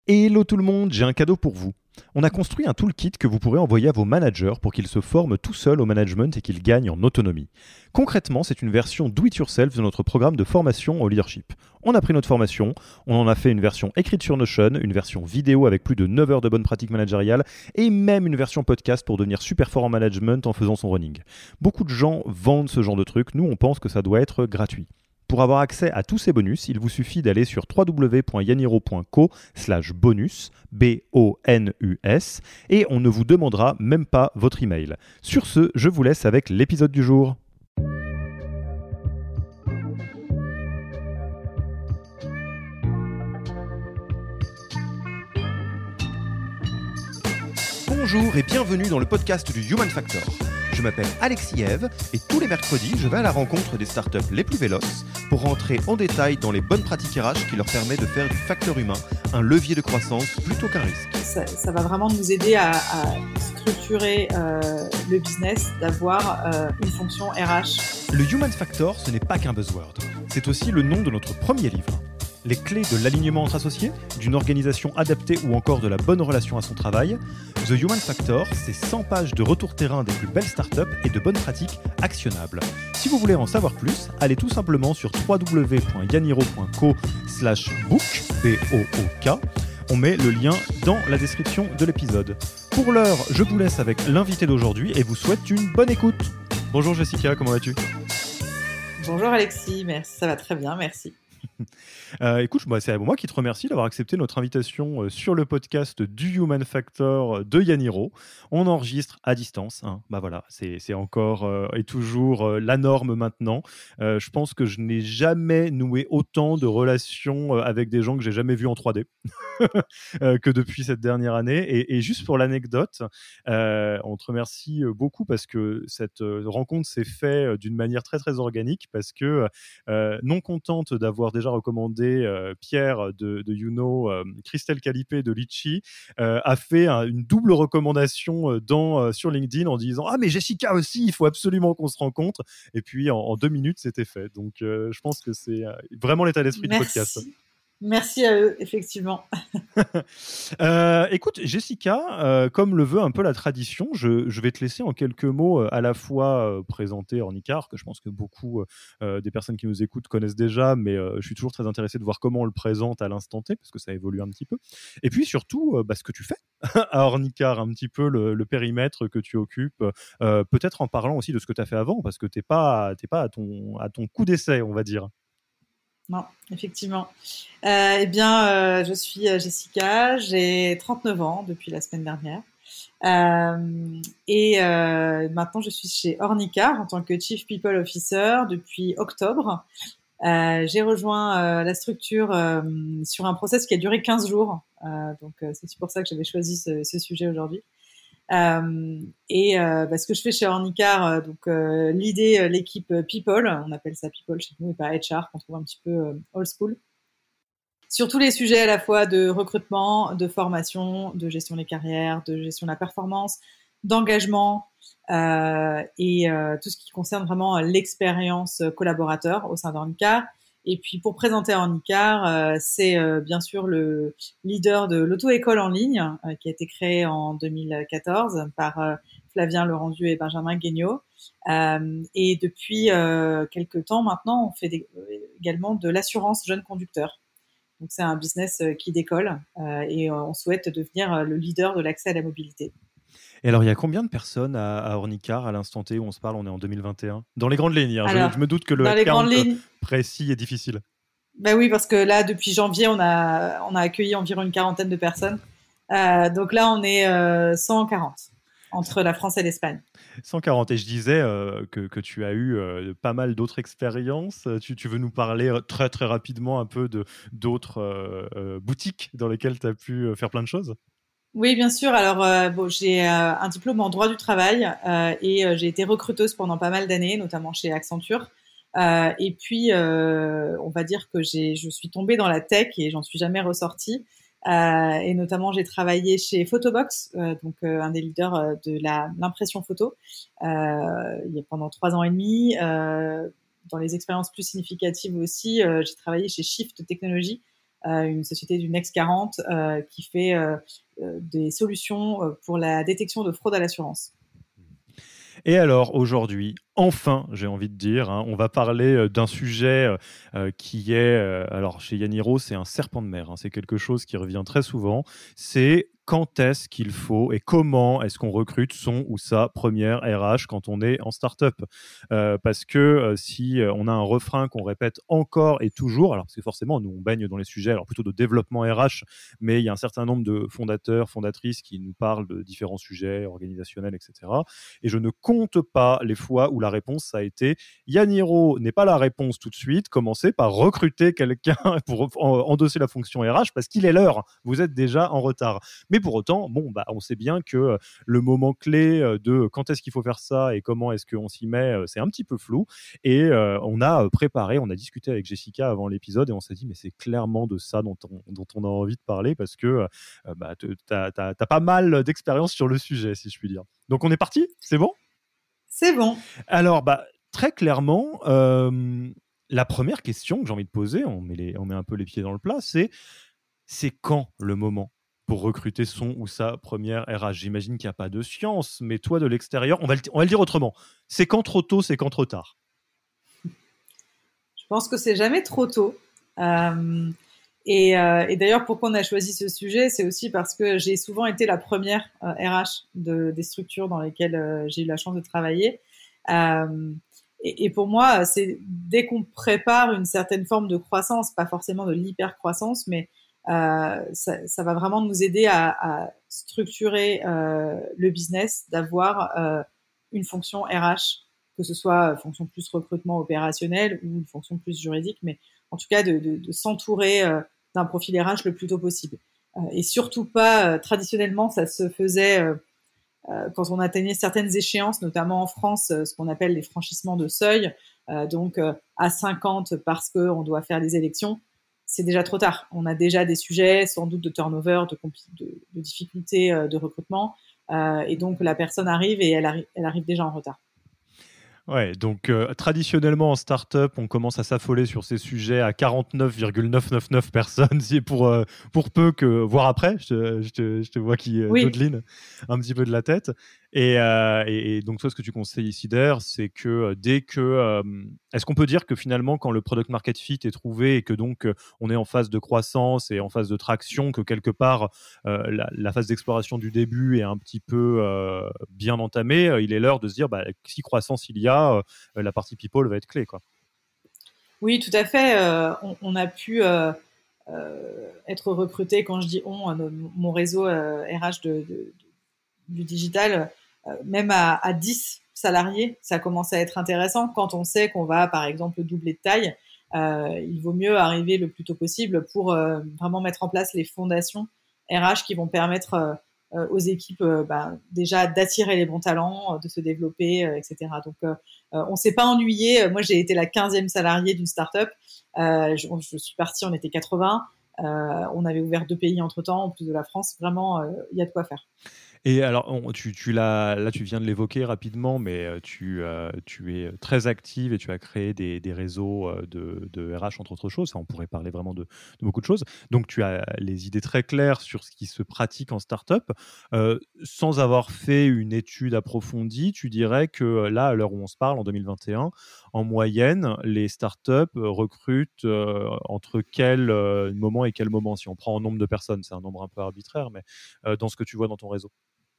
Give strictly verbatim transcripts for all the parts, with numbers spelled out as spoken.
Hello tout le monde, j'ai un cadeau pour vous. On a construit un toolkit que vous pourrez envoyer à vos managers pour qu'ils se forment tout seuls au management et qu'ils gagnent en autonomie. Concrètement, c'est une version do-it-yourself de notre programme de formation au leadership. On a pris notre formation, on en a fait une version écrite sur Notion, une version vidéo avec plus de neuf heures de bonnes pratiques managériales et même une version podcast pour devenir super fort en management en faisant son running. Beaucoup de gens vendent ce genre de truc, nous on pense que ça doit être gratuit. Pour avoir accès à tous ces bonus, il vous suffit d'aller sur w w w point yaniro point co slash bonus, B O N U S, et on ne vous demandera même pas votre email. Sur ce, je vous laisse avec l'épisode du jour. Bonjour et bienvenue dans le podcast du Human Factor. Je m'appelle Alexis Eve et tous les mercredis, je vais à la rencontre des startups les plus véloces pour rentrer en détail dans les bonnes pratiques R H qui leur permettent de faire du facteur humain un levier de croissance plutôt qu'un risque. Ça, ça va vraiment nous aider à, à structurer euh, le business, d'avoir euh, une fonction R H. Le Human Factor, ce n'est pas qu'un buzzword. C'est aussi le nom de notre premier livre. Les clés de l'alignement entre associés, d'une organisation adaptée ou encore de la bonne relation à son travail. The Human Factor, c'est cent pages de retour terrain des plus belles startups et de bonnes pratiques actionnables. Si vous voulez en savoir plus, allez tout simplement sur w w w point yaniro point co slash book, B O O K. On met le lien dans la description de l'épisode. Pour l'heure, je vous laisse avec l'invité d'aujourd'hui et vous souhaite une bonne écoute. Bonjour Jessica, comment vas-tu ? Bonjour Alexis, merci, ça va très bien, merci. Euh, écoute, bah, c'est moi qui te remercie d'avoir accepté notre invitation euh, sur le podcast du Human Factor de Yaniro. On enregistre à distance. Hein. Bah voilà, c'est, c'est encore euh, et toujours euh, la norme maintenant. Euh, je pense que je n'ai jamais noué autant de relations euh, avec des gens que j'ai jamais vus en trois D euh, que depuis cette dernière année. Et, et juste pour l'anecdote, euh, on te remercie beaucoup parce que cette euh, rencontre s'est faite d'une manière très très organique parce que euh, non contente d'avoir déjà recommandé euh, Pierre de, de Youno, euh, Christelle Calipé de Litchi, euh, a fait un, une double recommandation dans, euh, sur LinkedIn en disant « Ah mais Jessica aussi, il faut absolument qu'on se rencontre ». Et puis en, en deux minutes, c'était fait. Donc euh, je pense que c'est euh, vraiment l'état d'esprit Merci. du podcast. Merci à eux, effectivement. euh, écoute, Jessica, euh, comme le veut un peu la tradition, je, je vais te laisser en quelques mots euh, à la fois euh, présenter Ornicar, que je pense que beaucoup euh, des personnes qui nous écoutent connaissent déjà, mais euh, je suis toujours très intéressé de voir comment on le présente à l'instant T, parce que ça évolue un petit peu. Et puis surtout, euh, bah, ce que tu fais à Ornicar, un petit peu le, le périmètre que tu occupes, euh, peut-être en parlant aussi de ce que tu as fait avant, parce que tu n'es pas, t'es pas à, ton, à ton coup d'essai, on va dire. Non, effectivement. Euh, eh bien, euh, je suis Jessica, j'ai trente-neuf ans depuis la semaine dernière. Euh, et euh, maintenant, je suis chez Ornicar en tant que Chief People Officer depuis octobre. Euh, j'ai rejoint euh, la structure euh, sur un process qui a duré quinze jours. Euh, donc, euh, c'est pour ça que j'avais choisi ce, ce sujet aujourd'hui. Euh, et euh, bah, ce que je fais chez Ornicar, euh, donc euh, l'idée, euh, l'équipe People, on appelle ça People chez nous et pas H R, qu'on trouve un petit peu euh, old school, sur tous les sujets à la fois de recrutement, de formation, de gestion des carrières, de gestion de la performance, d'engagement euh, et euh, tout ce qui concerne vraiment l'expérience collaborateur au sein d'Ornicar. Et puis pour présenter Ornicar, euh, c'est euh, bien sûr le leader de l'auto-école en ligne euh, qui a été créé en deux mille quatorze par euh, Flavien Laurent-Du et Benjamin Guignot. Euh, et depuis euh, quelques temps maintenant, on fait des, euh, également de l'assurance jeune conducteur. Donc c'est un business qui décolle euh, et on souhaite devenir le leader de l'accès à la mobilité. Et alors, il y a combien de personnes à, à Ornicar à l'instant T où on se parle? On est en deux mille vingt et un. Dans les grandes lignes, hein. Alors, je, je me doute que le dans les count grandes lignes, précis est difficile. Ben oui, parce que là, depuis janvier, on a, on a accueilli environ une quarantaine de personnes. Euh, donc là, on est euh, cent quarante entre la France et l'Espagne. cent quarante. Et je disais euh, que, que tu as eu euh, pas mal d'autres expériences. Tu, tu veux nous parler très très rapidement un peu de, d'autres euh, euh, boutiques dans lesquelles tu as pu faire plein de choses? Oui, bien sûr. Alors, euh, bon, j'ai euh, un diplôme en droit du travail euh, et euh, j'ai été recruteuse pendant pas mal d'années, notamment chez Accenture. Euh, et puis, euh, on va dire que j'ai, je suis tombée dans la tech et j'en suis jamais ressortie. Euh, et notamment, j'ai travaillé chez Photobox, euh, donc euh, un des leaders euh, de la, l'impression photo, euh, il y a pendant trois ans et demi. Euh, dans les expériences plus significatives aussi, euh, j'ai travaillé chez Shift Technologies, euh, une société du Next quarante euh, qui fait euh, euh, des solutions euh, pour la détection de fraude à l'assurance. Et alors aujourd'hui, enfin, j'ai envie de dire, hein, on va parler euh, d'un sujet euh, euh, qui est, euh, alors chez Yaniro, c'est un serpent de mer, hein, c'est quelque chose qui revient très souvent, c'est quand est-ce qu'il faut et comment est-ce qu'on recrute son ou sa première R H quand on est en start-up. Euh, parce que euh, si euh, on a un refrain qu'on répète encore et toujours, alors parce que forcément nous on baigne dans les sujets, alors plutôt de développement R H, mais il y a un certain nombre de fondateurs, fondatrices qui nous parlent de différents sujets organisationnels, et cetera. Et je ne compte pas les fois où la réponse ça a été Yaniro n'est pas la réponse tout de suite, commencez par recruter quelqu'un pour endosser la fonction R H parce qu'il est l'heure, vous êtes déjà en retard. Mais pour autant, bon, bah, on sait bien que le moment clé de quand est-ce qu'il faut faire ça et comment est-ce qu'on s'y met, c'est un petit peu flou. Et euh, on a préparé, on a discuté avec Jessica avant l'épisode et on s'est dit, mais c'est clairement de ça dont on, dont on a envie de parler parce que euh, bah, tu as pas mal d'expérience sur le sujet, si je puis dire. Donc on est parti? C'est bon? C'est bon. Alors, bah, très clairement, euh, la première question que j'ai envie de poser, on met, les, on met un peu les pieds dans le plat, c'est c'est quand le moment pour recruter son ou sa première R H? J'imagine qu'il n'y a pas de science, mais toi, de l'extérieur, on va, le, on va le dire autrement. C'est quand trop tôt, c'est quand trop tard? Je pense que c'est jamais trop tôt. Euh, et, euh, et d'ailleurs, pourquoi on a choisi ce sujet, c'est aussi parce que j'ai souvent été la première euh, R H de, des structures dans lesquelles euh, j'ai eu la chance de travailler. Euh, et, et pour moi, c'est dès qu'on prépare une certaine forme de croissance, pas forcément de l'hyper-croissance, mais euh, ça, ça va vraiment nous aider à, à structurer euh, le business, d'avoir euh, une fonction R H, que ce soit fonction plus recrutement opérationnel ou une fonction plus juridique, mais en tout cas de, de, de s'entourer euh, d'un profil R H le plus tôt possible. Euh, et surtout pas, euh, traditionnellement, ça se faisait euh, euh, quand on atteignait certaines échéances, notamment en France, euh, ce qu'on appelle les franchissements de seuil, euh, donc euh, à cinquante parce qu'on doit faire les élections, c'est déjà trop tard. On a déjà des sujets, sans doute de turnover, de, de, de difficultés euh, de recrutement, euh, et donc la personne arrive et elle, arri- elle arrive déjà en retard. Ouais, donc euh, traditionnellement en start-up, on commence à s'affoler sur ces sujets à quarante-neuf virgule neuf cent quatre-vingt-dix-neuf personnes, c'est pour, euh, pour peu que, voire après, je te, je te, je te vois qui euh, Oui. dodeline un petit peu de la tête. Et, euh, et, et donc, toi, ce que tu conseilles ici d'air, c'est que euh, dès que. Euh, est-ce qu'on peut dire que finalement, quand le product market fit est trouvé et que donc euh, on est en phase de croissance et en phase de traction, que quelque part euh, la, la phase d'exploration du début est un petit peu euh, bien entamée, euh, il est l'heure de se dire bah, si croissance il y a, euh, la partie people va être clé, quoi. Oui, tout à fait. Euh, on, on a pu euh, euh, être recruté, quand je dis on, euh, mon réseau euh, R H de, de, du digital, euh, même à, à dix salariés, ça commence à être intéressant. Quand on sait qu'on va, par exemple, doubler de taille, euh, il vaut mieux arriver le plus tôt possible pour euh, vraiment mettre en place les fondations R H qui vont permettre euh, euh, aux équipes euh, bah, déjà d'attirer les bons talents, euh, de se développer, euh, et cetera. Donc, euh, euh, on s'est pas ennuyé. Moi, j'ai été la quinzième salariée d'une start-up. Euh, je, je suis partie, on était quatre-vingts. Euh, on avait ouvert deux pays entre-temps, en plus de la France. Vraiment, il euh, y a de quoi faire. Et alors, on, tu, tu l'as, là, tu viens de l'évoquer rapidement, mais euh, tu, euh, tu es très active et tu as créé des, des réseaux euh, de, de R H, entre autres choses. Ça, on pourrait parler vraiment de, de beaucoup de choses. Donc, tu as les idées très claires sur ce qui se pratique en start-up. Euh, sans avoir fait une étude approfondie, tu dirais que là, à l'heure où on se parle, en deux mille vingt et un, en moyenne, les start-up recrutent euh, entre quel euh, moment et quel moment? Si on prend en nombre de personnes, c'est un nombre un peu arbitraire, mais euh, dans ce que tu vois dans ton réseau.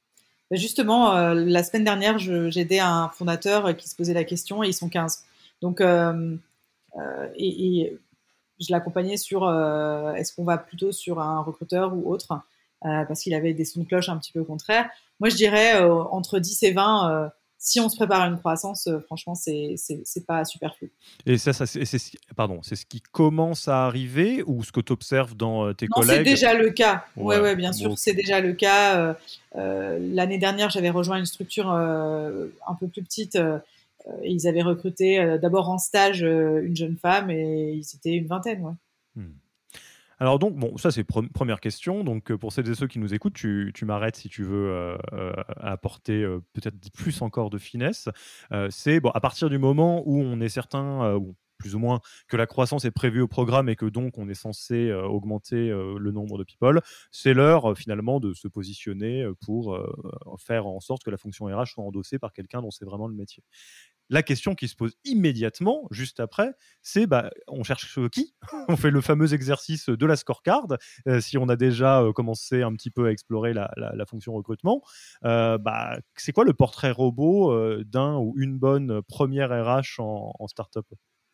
Justement, euh, la semaine dernière, je, j'ai aidé un fondateur qui se posait la question et ils sont quinze. Donc, euh, euh, et, et je l'accompagnais sur euh, est-ce qu'on va plutôt sur un recruteur ou autre, euh, parce qu'il avait des sons de cloche un petit peu contraires. Moi, je dirais euh, entre dix et vingt, euh, si on se prépare à une croissance, euh, franchement, c'est, c'est, c'est pas superflu. Et ça, ça c'est, c'est, pardon, c'est ce qui commence à arriver ou ce que tu observes dans euh, tes Non, c'est collègues? déjà le cas. Ouais, Ouais, ouais, bien sûr, bon, c'est déjà le cas. Euh, euh, l'année dernière, j'avais rejoint une structure euh, un peu plus petite. Euh, et ils avaient recruté euh, d'abord en stage euh, une jeune femme et ils étaient une vingtaine. Ouais. hmm. Alors donc, bon, ça c'est pre- première question. Donc euh, pour celles et ceux qui nous écoutent, tu, tu m'arrêtes si tu veux euh, euh, apporter euh, peut-être plus encore de finesse. Euh, c'est bon, à partir du moment où on est certain, euh, ou plus ou moins que la croissance est prévue au programme et que donc on est censé euh, augmenter euh, le nombre de people, c'est l'heure euh, finalement de se positionner pour euh, faire en sorte que la fonction R H soit endossée par quelqu'un dont c'est vraiment le métier. La question qui se pose immédiatement, juste après, c'est bah, on cherche qui? On fait le fameux exercice de la scorecard. Euh, si on a déjà euh, commencé un petit peu à explorer la, la, la fonction recrutement, euh, bah, c'est quoi le portrait robot euh, d'un ou une bonne première R H en, en startup?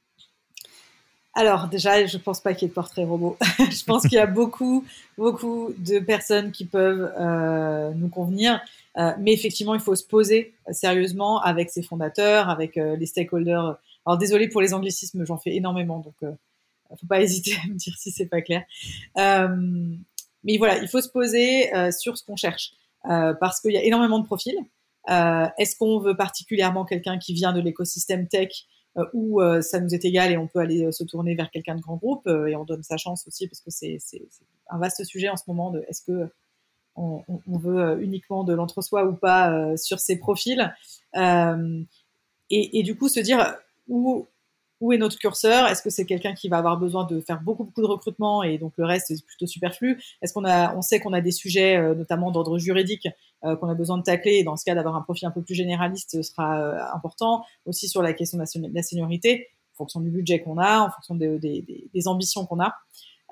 Alors déjà, je pense pas qu'il y ait de portrait robot. Je pense qu'il y a beaucoup, beaucoup de personnes qui peuvent euh, nous convenir. Euh, mais effectivement, il faut se poser sérieusement avec ses fondateurs, avec euh, les stakeholders. Alors désolé pour les anglicismes, j'en fais énormément, donc euh, faut pas hésiter à me dire si c'est pas clair. Euh, mais voilà, il faut se poser euh, sur ce qu'on cherche, euh, parce qu'il y a énormément de profils. Euh, est-ce qu'on veut particulièrement quelqu'un qui vient de l'écosystème tech, euh, ou euh, ça nous est égal et on peut aller euh, se tourner vers quelqu'un de grand groupe, euh, et on donne sa chance aussi, parce que c'est, c'est, c'est un vaste sujet en ce moment de est-ce que on, on veut uniquement de l'entre-soi ou pas euh, sur ces profils, euh, et, et du coup se dire où où est notre curseur? Est-ce que c'est quelqu'un qui va avoir besoin de faire beaucoup beaucoup de recrutement et donc le reste c'est plutôt superflu? Est-ce qu'on a, on sait qu'on a des sujets euh, notamment d'ordre juridique euh, qu'on a besoin de tacler, et dans ce cas d'avoir un profil un peu plus généraliste sera euh, important. Aussi sur la question de la, de la seniorité, en fonction du budget qu'on a, en fonction de, de, de, des ambitions qu'on a.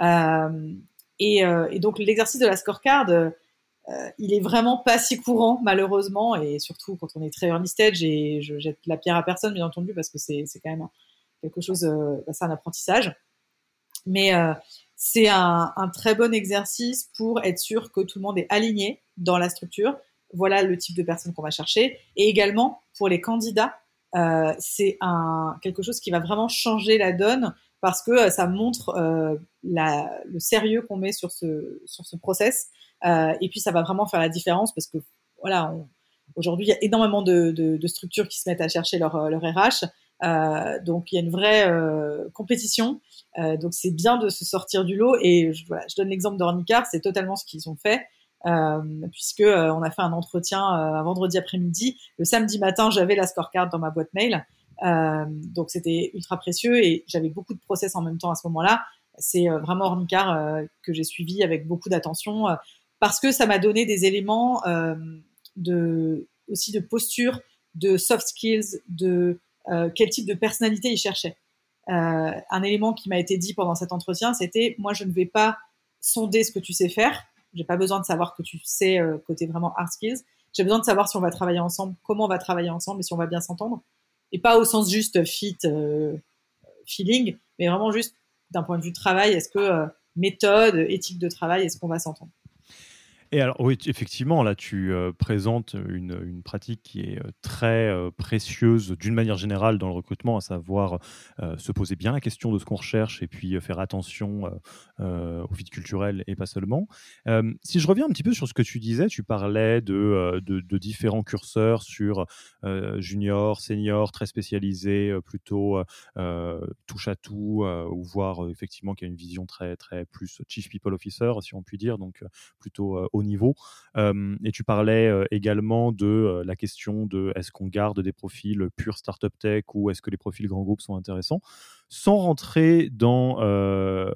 Euh, et, euh, et donc l'exercice de la scorecard, euh, il est vraiment pas si courant malheureusement, et surtout quand on est très early stage, et je jette la pierre à personne bien entendu parce que c'est, c'est quand même quelque chose, euh, c'est un apprentissage, mais euh, c'est un, un très bon exercice pour être sûr que tout le monde est aligné dans la structure. Voilà le type de personne qu'on va chercher, et également pour les candidats, euh, c'est un quelque chose qui va vraiment changer la donne, parce que euh, ça montre euh, la, le sérieux qu'on met sur ce sur ce process, euh, et puis ça va vraiment faire la différence, parce que voilà, on, aujourd'hui il y a énormément de, de, de structures qui se mettent à chercher leur leur R H. Euh, donc il y a une vraie euh, compétition, euh, donc c'est bien de se sortir du lot, et je, voilà, je donne l'exemple d'Ornicar, c'est totalement ce qu'ils ont fait, euh, puisque euh, on a fait un entretien euh, un vendredi après-midi, le samedi matin j'avais la scorecard dans ma boîte mail, euh, donc c'était ultra précieux, et j'avais beaucoup de process en même temps à ce moment-là. C'est euh, vraiment Ornicar euh, que j'ai suivi avec beaucoup d'attention, euh, parce que ça m'a donné des éléments euh, de, aussi de posture, de soft skills, de Euh, quel type de personnalité il cherchait. Euh, un élément qui m'a été dit pendant cet entretien, c'était moi je ne vais pas sonder ce que tu sais faire, j'ai pas besoin de savoir que tu sais euh, côté vraiment hard skills, j'ai besoin de savoir si on va travailler ensemble, comment on va travailler ensemble et si on va bien s'entendre, et pas au sens juste fit, euh, feeling, mais vraiment juste d'un point de vue travail, est-ce que euh, méthode, éthique de travail, est-ce qu'on va s'entendre. Et alors, oui, effectivement, là, tu euh, présentes une, une pratique qui est euh, très euh, précieuse d'une manière générale dans le recrutement, à savoir euh, se poser bien la question de ce qu'on recherche et puis euh, faire attention euh, euh, au fit culturel et pas seulement. Euh, si je reviens un petit peu sur ce que tu disais, tu parlais de, euh, de, de différents curseurs sur euh, junior, senior, très spécialisé, euh, plutôt euh, touche à tout, euh, ou voir euh, effectivement qu'il y a une vision très, très plus chief people officer, si on peut dire, donc euh, plutôt euh, haut niveau. Euh, et tu parlais euh, également de euh, la question de est-ce qu'on garde des profils pure startup tech ou est-ce que les profils grands groupes sont intéressants, sans rentrer dans euh,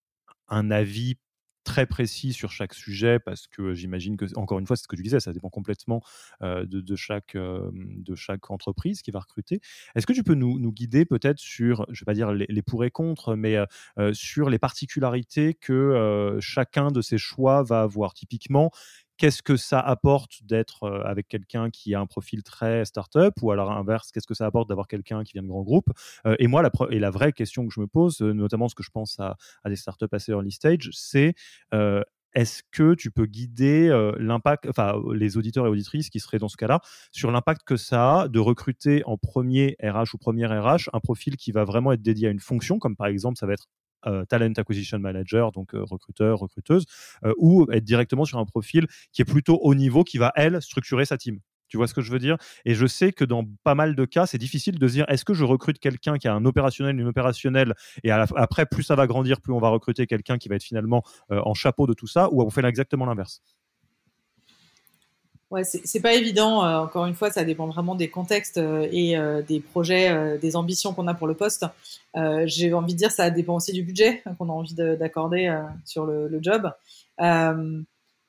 un avis très précis sur chaque sujet, parce que j'imagine que, encore une fois, c'est ce que tu disais, ça dépend complètement euh, de, de, chaque, euh, de chaque entreprise qui va recruter. Est-ce que tu peux nous, nous guider peut-être sur, je ne vais pas dire les, les pour et contre, mais euh, sur les particularités que euh, chacun de ces choix va avoir? Typiquement, qu'est-ce que ça apporte d'être euh, avec quelqu'un qui a un profil très start-up, ou alors à l'inverse, qu'est-ce que ça apporte d'avoir quelqu'un qui vient de grands groupes? euh, Et moi, la, et la vraie question que je me pose, euh, notamment ce que je pense à, à des startups assez early stage, c'est euh, est-ce que tu peux guider euh, l'impact, enfin les auditeurs et auditrices qui seraient dans ce cas-là, sur l'impact que ça a de recruter en premier R H ou première R H un profil qui va vraiment être dédié à une fonction, comme par exemple ça va être Euh, talent acquisition manager, donc euh, recruteur, recruteuse, euh, ou être directement sur un profil qui est plutôt haut niveau, qui va, elle, structurer sa team. Tu vois ce que je veux dire? Et je sais que dans pas mal de cas, c'est difficile de se dire est-ce que je recrute quelqu'un qui a un opérationnel, une opérationnelle, et à la, après, plus ça va grandir, plus on va recruter quelqu'un qui va être finalement euh, en chapeau de tout ça, ou on fait exactement l'inverse? Ouais, c'est, c'est pas évident. Euh, encore une fois, ça dépend vraiment des contextes euh, et euh, des projets, euh, des ambitions qu'on a pour le poste. Euh, j'ai envie de dire, ça dépend aussi du budget qu'on a envie de, d'accorder euh, sur le, le job. Euh,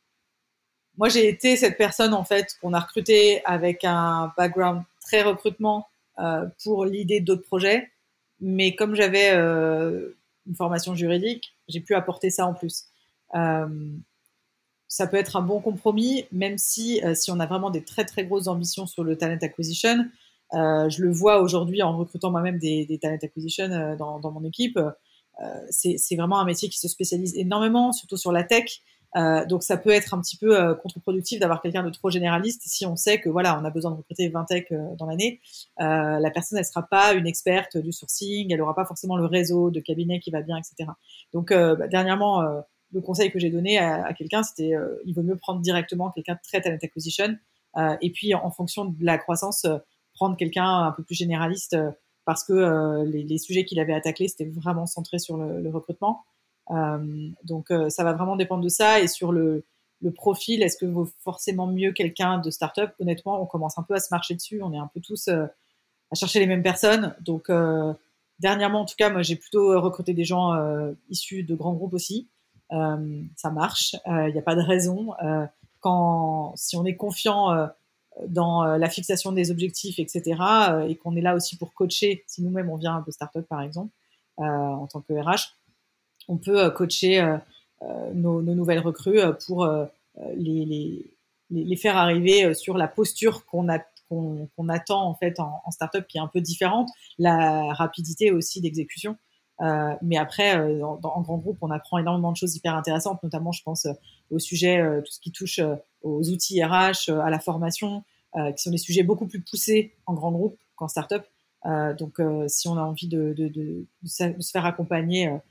Moi, j'ai été cette personne en fait qu'on a recrutée avec un background très recrutement euh, pour l'idée d'autres projets, mais comme j'avais euh, une formation juridique, j'ai pu apporter ça en plus. Euh, Ça peut être un bon compromis, même si euh, si on a vraiment des très très grosses ambitions sur le talent acquisition, euh, je le vois aujourd'hui en recrutant moi-même des, des talent acquisition euh, dans, dans mon équipe. Euh, c'est, c'est vraiment un métier qui se spécialise énormément, surtout sur la tech. Euh, donc ça peut être un petit peu euh, contre-productif d'avoir quelqu'un de trop généraliste si on sait que voilà, on a besoin de recruter vingt techs euh, dans l'année. Euh, la personne, elle sera pas une experte du sourcing, elle aura pas forcément le réseau de cabinets qui va bien, et cetera. Donc euh, bah, dernièrement, euh, le conseil que j'ai donné à, à quelqu'un, c'était euh, il vaut mieux prendre directement quelqu'un de très talent acquisition euh, et puis en, en fonction de la croissance, euh, prendre quelqu'un un peu plus généraliste euh, parce que euh, les, les sujets qu'il avait à tacler, c'était vraiment centré sur le, le recrutement. Euh, donc euh, ça va vraiment dépendre de ça et sur le, le profil, est-ce que vaut forcément mieux quelqu'un de start-up? Honnêtement, on commence un peu à se marcher dessus, on est un peu tous euh, à chercher les mêmes personnes. Donc euh, dernièrement, en tout cas, moi j'ai plutôt recruté des gens euh, issus de grands groupes aussi. Euh, ça marche, il euh, n'y a pas de raison. Euh, quand si on est confiant euh, dans euh, la fixation des objectifs, et cetera, euh, et qu'on est là aussi pour coacher, si nous-mêmes on vient de start-up par exemple, euh, en tant que R H, on peut euh, coacher euh, euh, nos, nos nouvelles recrues euh, pour euh, les, les, les faire arriver sur la posture qu'on a qu'on, qu'on attend en fait en, en startup, qui est un peu différente, la rapidité aussi d'exécution. Euh, mais après, euh, en, en grand groupe, on apprend énormément de choses hyper intéressantes, notamment, je pense, euh, au sujet, euh, tout ce qui touche euh, aux outils R H, euh, à la formation, euh, qui sont des sujets beaucoup plus poussés en grand groupe qu'en startup. Euh, donc, euh, si on a envie de, de, de, de, se faire accompagner euh,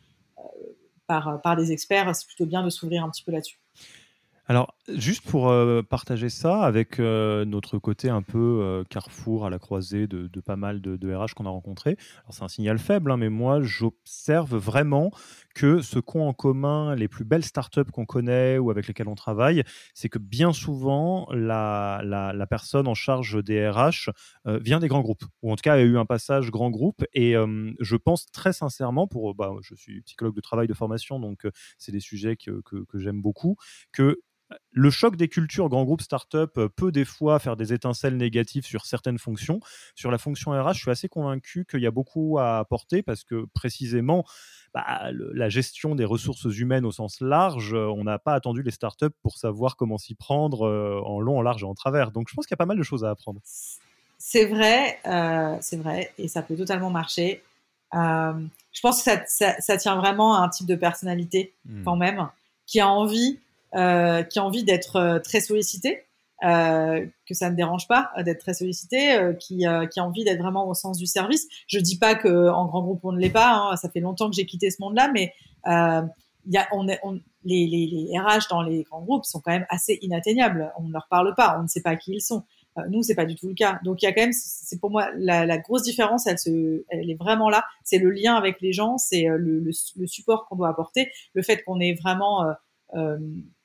par, par des experts, c'est plutôt bien de s'ouvrir un petit peu là-dessus. Alors, juste pour euh, partager ça avec euh, notre côté un peu euh, carrefour à la croisée de, de pas mal de, de R H qu'on a rencontrés. Alors, c'est un signal faible, hein, mais moi, j'observe vraiment que ce qu'ont en commun les plus belles startups qu'on connaît ou avec lesquelles on travaille, c'est que bien souvent, la, la, la personne en charge des R H euh, vient des grands groupes, ou en tout cas a eu un passage grand groupe. Et euh, je pense très sincèrement, pour, bah, je suis psychologue de travail de formation, donc euh, c'est des sujets que, que, que j'aime beaucoup, que le choc des cultures grand groupe start-up peut des fois faire des étincelles négatives sur certaines fonctions. Sur la fonction R H, je suis assez convaincu qu'il y a beaucoup à apporter parce que précisément, bah, le, la gestion des ressources humaines au sens large, on n'a pas attendu les start-up pour savoir comment s'y prendre euh, en long, en large et en travers. Donc je pense qu'il y a pas mal de choses à apprendre. C'est vrai, euh, c'est vrai, et ça peut totalement marcher. Euh, je pense que ça, ça, ça tient vraiment à un type de personnalité Mmh. quand même, qui a envie, euh, qui a envie d'être euh, très sollicité, euh, que ça ne dérange pas euh, d'être très sollicité, euh, qui, euh, qui a envie d'être vraiment au sens du service. Je dis pas que en grand groupe on ne l'est pas, hein, ça fait longtemps que j'ai quitté ce monde-là, mais euh, il y a, on est, on, les, les, les R H dans les grands groupes sont quand même assez inatteignables. On ne leur parle pas, on ne sait pas qui ils sont. Euh, nous, c'est pas du tout le cas. Donc, il y a quand même, c'est pour moi la, la grosse différence. Elle se, elle est vraiment là. C'est le lien avec les gens, c'est le, le, le support qu'on doit apporter, le fait qu'on est vraiment euh, euh,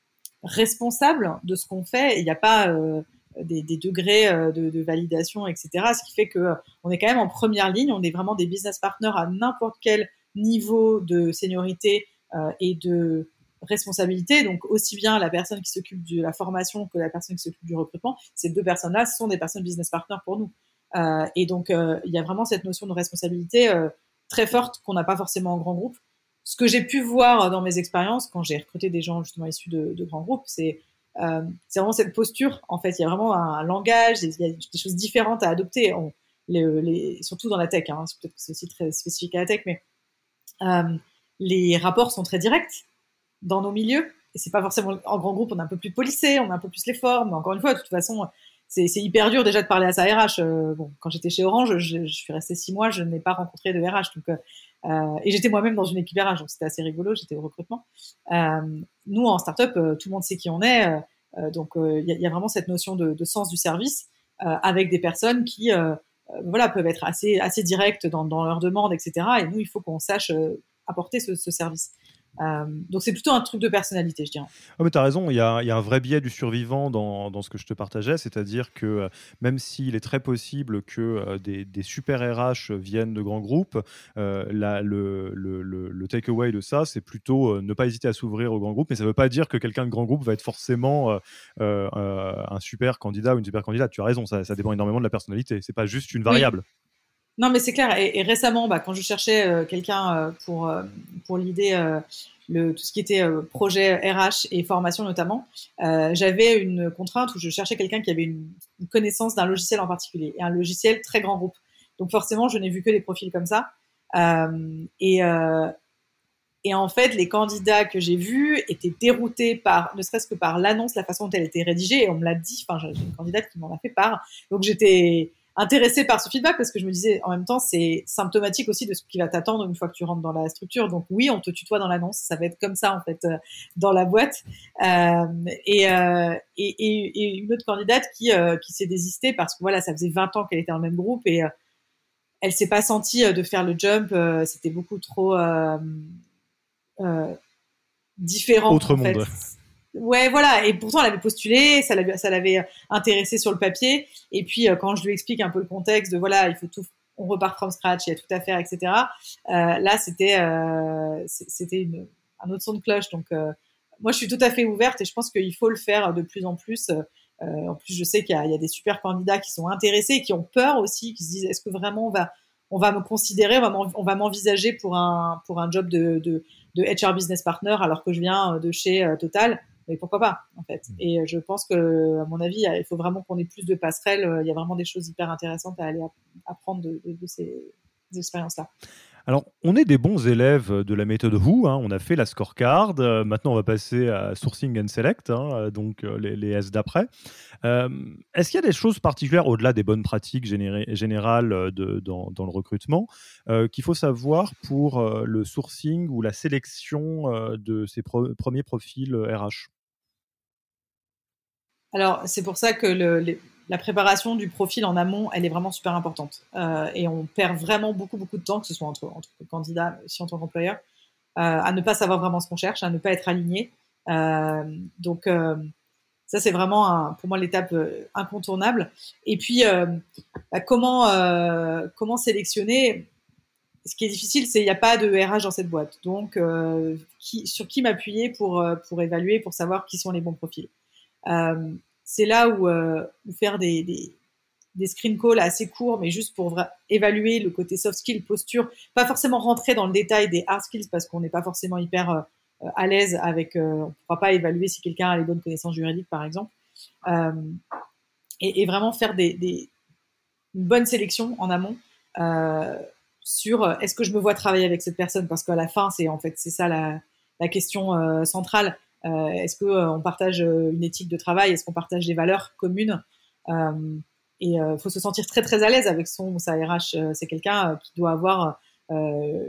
responsable de ce qu'on fait. Il n'y a pas euh, des, des degrés euh, de, de validation, et cetera. Ce qui fait que euh, on est quand même en première ligne. On est vraiment des business partners à n'importe quel niveau de seniorité euh, et de responsabilité. Donc, aussi bien la personne qui s'occupe de la formation que la personne qui s'occupe du recrutement, ces deux personnes-là sont des personnes business partners pour nous. Euh, et donc, euh, il y a vraiment cette notion de responsabilité euh, très forte qu'on n'a pas forcément en grand groupe. Ce que j'ai pu voir dans mes expériences, quand j'ai recruté des gens justement issus de, de grands groupes, c'est euh, c'est vraiment cette posture. En fait, il y a vraiment un, un langage, il y a des choses différentes à adopter, on, les, les, surtout dans la tech. Hein, peut-être que c'est aussi très spécifique à la tech, mais euh, les rapports sont très directs dans nos milieux. Et c'est pas forcément en grand groupe, on est un peu plus policé, on a un peu plus les formes. Mais encore une fois, de toute façon, c'est, c'est hyper dur déjà de parler à sa R H. Euh, bon, quand j'étais chez Orange, je, je suis restée six mois, je n'ai pas rencontré de R H. Donc, euh, et j'étais moi-même dans une équipe R H, donc c'était assez rigolo. J'étais au recrutement. Euh, nous, en startup, euh, tout le monde sait qui on est. Euh, donc, il euh, y, y a vraiment cette notion de, de sens du service euh, avec des personnes qui, euh, voilà, peuvent être assez, assez directes dans, dans leurs demandes, et cetera. Et nous, il faut qu'on sache euh, apporter ce, ce service. Euh, donc c'est plutôt un truc de personnalité, je dirais. Ah, mais tu as raison, il y a, il y a un vrai biais du survivant dans, dans ce que je te partageais, c'est-à-dire que euh, même s'il est très possible que euh, des, des super R H viennent de grands groupes, euh, la- le, le, le, le takeaway de ça, c'est plutôt euh, ne pas hésiter à s'ouvrir aux grands groupes, mais ça ne veut pas dire que quelqu'un de grand groupe va être forcément euh, euh, euh, un super candidat ou une super candidate. Tu as raison, ça, ça dépend énormément de la personnalité, c'est pas juste une Oui. variable. Non, mais c'est clair. Et, et récemment, bah, quand je cherchais euh, quelqu'un euh, pour euh, pour l'idée, euh, le tout ce qui était euh, projet R H et formation notamment, euh, j'avais une contrainte où je cherchais quelqu'un qui avait une, une connaissance d'un logiciel en particulier et un logiciel très grand groupe. Donc forcément, je n'ai vu que des profils comme ça. Euh, et euh, et en fait, les candidats que j'ai vus étaient déroutés par, ne serait-ce que par l'annonce, la façon dont elle était rédigée. Et on me l'a dit. Enfin, j'ai une candidate qui m'en a fait part. Donc j'étais intéressée par ce feedback parce que je me disais, en même temps, c'est symptomatique aussi de ce qui va t'attendre une fois que tu rentres dans la structure. Donc oui, on te tutoie dans l'annonce. Ça va être comme ça en fait euh, dans la boîte. Euh, et, euh, et, et, et une autre candidate qui euh, qui s'est désistée parce que voilà, ça faisait vingt ans qu'elle était dans le même groupe et euh, elle s'est pas sentie euh, de faire le jump. Euh, c'était beaucoup trop euh, euh, différent Autre en fait. monde. Ouais, voilà. Et pourtant, elle avait postulé, ça l'avait, ça l'avait intéressé sur le papier. Et puis, euh, quand je lui explique un peu le contexte de voilà, il faut tout, on repart from scratch, il y a tout à faire, et cetera. Euh, là, c'était, euh, c'était une, un autre son de cloche. Donc, euh, moi, je suis tout à fait ouverte et je pense qu'il faut le faire de plus en plus. Euh, en plus, je sais qu'il y a, il y a des super candidats qui sont intéressés et qui ont peur aussi, qui se disent est-ce que vraiment on va, on va me considérer, on va m'envisager pour un, pour un job de, de, de H R business partner alors que je viens de chez euh, Total. Mais pourquoi pas, en fait. Et je pense que, à mon avis, il faut vraiment qu'on ait plus de passerelles. Il y a vraiment des choses hyper intéressantes à aller apprendre de, de, de ces, ces expériences-là. Alors, on est des bons élèves de la méthode Who, hein, on a fait la scorecard, euh, maintenant on va passer à Sourcing and Select, hein, donc euh, les, les S d'après. Euh, Est-ce qu'il y a des choses particulières, au-delà des bonnes pratiques générées, générales de, dans, dans le recrutement, euh, qu'il faut savoir pour euh, le sourcing ou la sélection euh, de ces pro- premiers profils R H? Alors, c'est pour ça que le, les, la préparation du profil en amont, elle est vraiment super importante. Euh, et on perd vraiment beaucoup, beaucoup de temps, que ce soit entre, entre candidats, si en tant qu'employeur, euh, à ne pas savoir vraiment ce qu'on cherche, à ne pas être aligné. Euh, donc, euh, ça, c'est vraiment, un, pour moi, l'étape euh, incontournable. Et puis, euh, bah, comment, euh, comment sélectionner? Ce qui est difficile, c'est qu'il n'y a pas de R H dans cette boîte. Donc, euh, qui, sur qui m'appuyer pour, euh, pour évaluer, pour savoir qui sont les bons profils. Euh, c'est là où, euh, où faire des, des, des screen calls assez courts, mais juste pour vra- évaluer le côté soft skill, posture, pas forcément rentrer dans le détail des hard skills parce qu'on n'est pas forcément hyper euh, à l'aise avec, euh, on ne pourra pas évaluer si quelqu'un a les bonnes connaissances juridiques, par exemple, euh, et, et vraiment faire des, des, une bonne sélection en amont euh, sur euh, est-ce que je me vois travailler avec cette personne, parce qu'à la fin, c'est en fait c'est ça la, la question euh, centrale. Euh, est-ce que euh, on partage une éthique de travail, est-ce qu'on partage des valeurs communes, euh, et il euh, faut se sentir très très à l'aise avec son sa R H. Euh, c'est quelqu'un euh, qui doit avoir euh,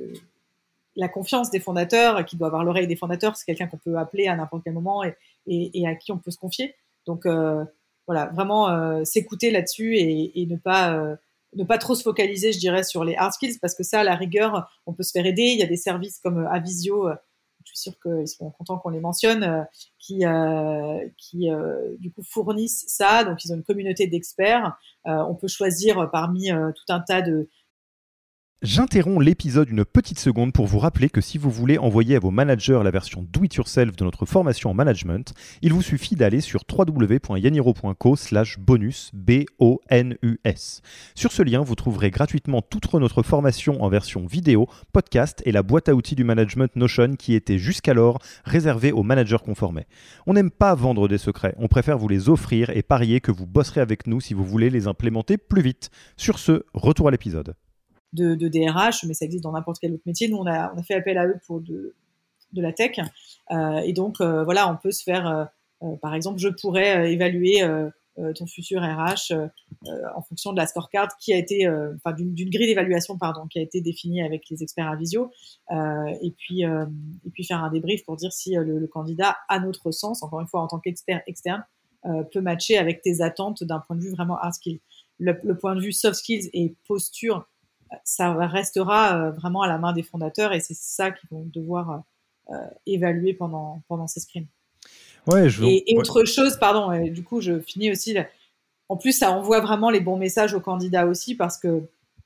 la confiance des fondateurs, qui doit avoir l'oreille des fondateurs. C'est quelqu'un qu'on peut appeler à n'importe quel moment et, et, et à qui on peut se confier. Donc euh, voilà, vraiment euh, s'écouter là-dessus et, et ne pas euh, ne pas trop se focaliser, je dirais, sur les hard skills, parce que ça, à la rigueur, on peut se faire aider. Il y a des services comme Avisio, euh, je suis sûre qu'ils seront contents qu'on les mentionne, euh, qui, euh, qui euh, du coup fournissent ça. Donc, ils ont une communauté d'experts. Euh, on peut choisir parmi euh, tout un tas de, J'interromps l'épisode une petite seconde pour vous rappeler que si vous voulez envoyer à vos managers la version Do It Yourself de notre formation en management, il vous suffit d'aller sur w w w point yaniro point co slash bonus, B O N U S. Sur ce lien, vous trouverez gratuitement toute notre formation en version vidéo, podcast et la boîte à outils du management Notion qui était jusqu'alors réservée aux managers conformés. On n'aime pas vendre des secrets, on préfère vous les offrir et parier que vous bosserez avec nous si vous voulez les implémenter plus vite. Sur ce, retour à l'épisode. de, de D R H, mais ça existe dans n'importe quel autre métier. Nous, on a, on a fait appel à eux pour de, de la tech. Euh, et donc, euh, voilà, on peut se faire, euh, euh, par exemple, je pourrais euh, évaluer euh, euh, ton futur R H euh, en fonction de la scorecard qui a été, euh, enfin, d'une, d'une grille d'évaluation, pardon, qui a été définie avec les experts Avisio. Euh, et puis, euh, et puis faire un débrief pour dire si euh, le, le candidat, à notre sens, encore une fois, en tant qu'expert externe, euh, peut matcher avec tes attentes d'un point de vue vraiment hard skill. Le, le point de vue soft skills et posture, ça restera euh, vraiment à la main des fondateurs et c'est ça qu'ils vont devoir euh, évaluer pendant, pendant ces sprints. Ouais, je... Et, et ouais. autre chose, pardon, et du coup, je finis aussi. Là. En plus, ça envoie vraiment les bons messages aux candidats aussi, parce que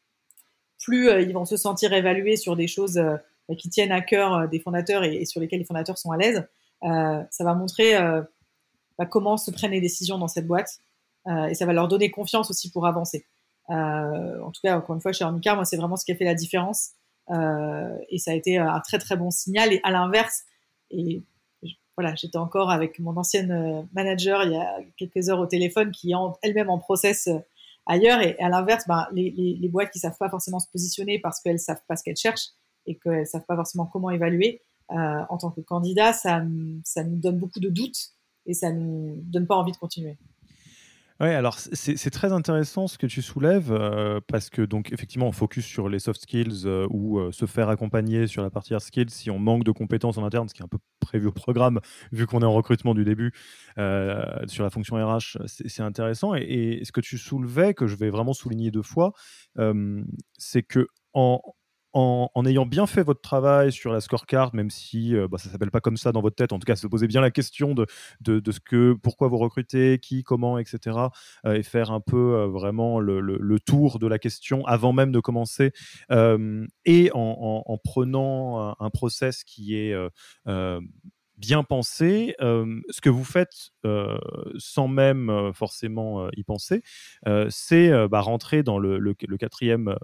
plus euh, ils vont se sentir évalués sur des choses euh, qui tiennent à cœur euh, des fondateurs et, et sur lesquelles les fondateurs sont à l'aise, euh, ça va montrer euh, bah, comment se prennent les décisions dans cette boîte, euh, et ça va leur donner confiance aussi pour avancer. Euh, en tout cas, encore une fois, chez Ornicar, moi, c'est vraiment ce qui a fait la différence, euh, et ça a été un très très bon signal. Et à l'inverse, et voilà, j'étais encore avec mon ancienne manager il y a quelques heures au téléphone, qui est en, elle-même en process ailleurs. Et à l'inverse, ben, les, les, les boîtes qui savent pas forcément se positionner parce qu'elles savent pas ce qu'elles cherchent et qu'elles savent pas forcément comment évaluer, euh, en tant que candidat, ça, ça nous donne beaucoup de doutes et ça nous donne pas envie de continuer. Oui, alors c'est, c'est très intéressant ce que tu soulèves, euh, parce que donc effectivement on focus sur les soft skills, euh, ou euh, se faire accompagner sur la partie hard skills si on manque de compétences en interne, ce qui est un peu prévu au programme vu qu'on est en recrutement du début, euh, sur la fonction R H, c'est, c'est intéressant. Et, et ce que tu soulevais, que je vais vraiment souligner deux fois, euh, c'est que en En, en ayant bien fait votre travail sur la scorecard, même si euh, bah, ça ne s'appelle pas comme ça dans votre tête, en tout cas, se poser bien la question de, de, de ce que, pourquoi vous recrutez, qui, comment, et cetera, euh, et faire un peu euh, vraiment le, le, le tour de la question avant même de commencer, euh, et en, en, en prenant un, un process qui est euh, euh, bien pensé, euh, ce que vous faites euh, sans même euh, forcément euh, y penser, euh, c'est euh, bah, rentrer dans le, le, le quatrième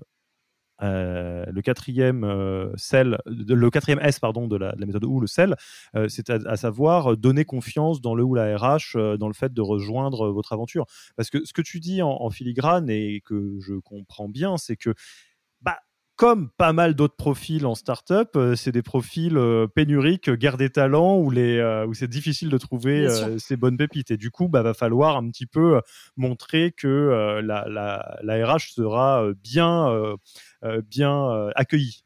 Euh, le quatrième euh, sel, le quatrième S pardon de la, de la méthode O U, le sel, euh, c'est à, à savoir donner confiance dans le ou la R H, euh, dans le fait de rejoindre votre aventure. Parce que ce que tu dis en, en filigrane et que je comprends bien, c'est que bah comme pas mal d'autres profils en start-up, euh, c'est des profils euh, pénuriques, guerre des talents, où, les, euh, où c'est difficile de trouver euh, ces bonnes pépites. Et du coup, bah, va falloir un petit peu euh, montrer que euh, la, la, la R H sera euh, bien, euh, euh, bien euh, accueillie.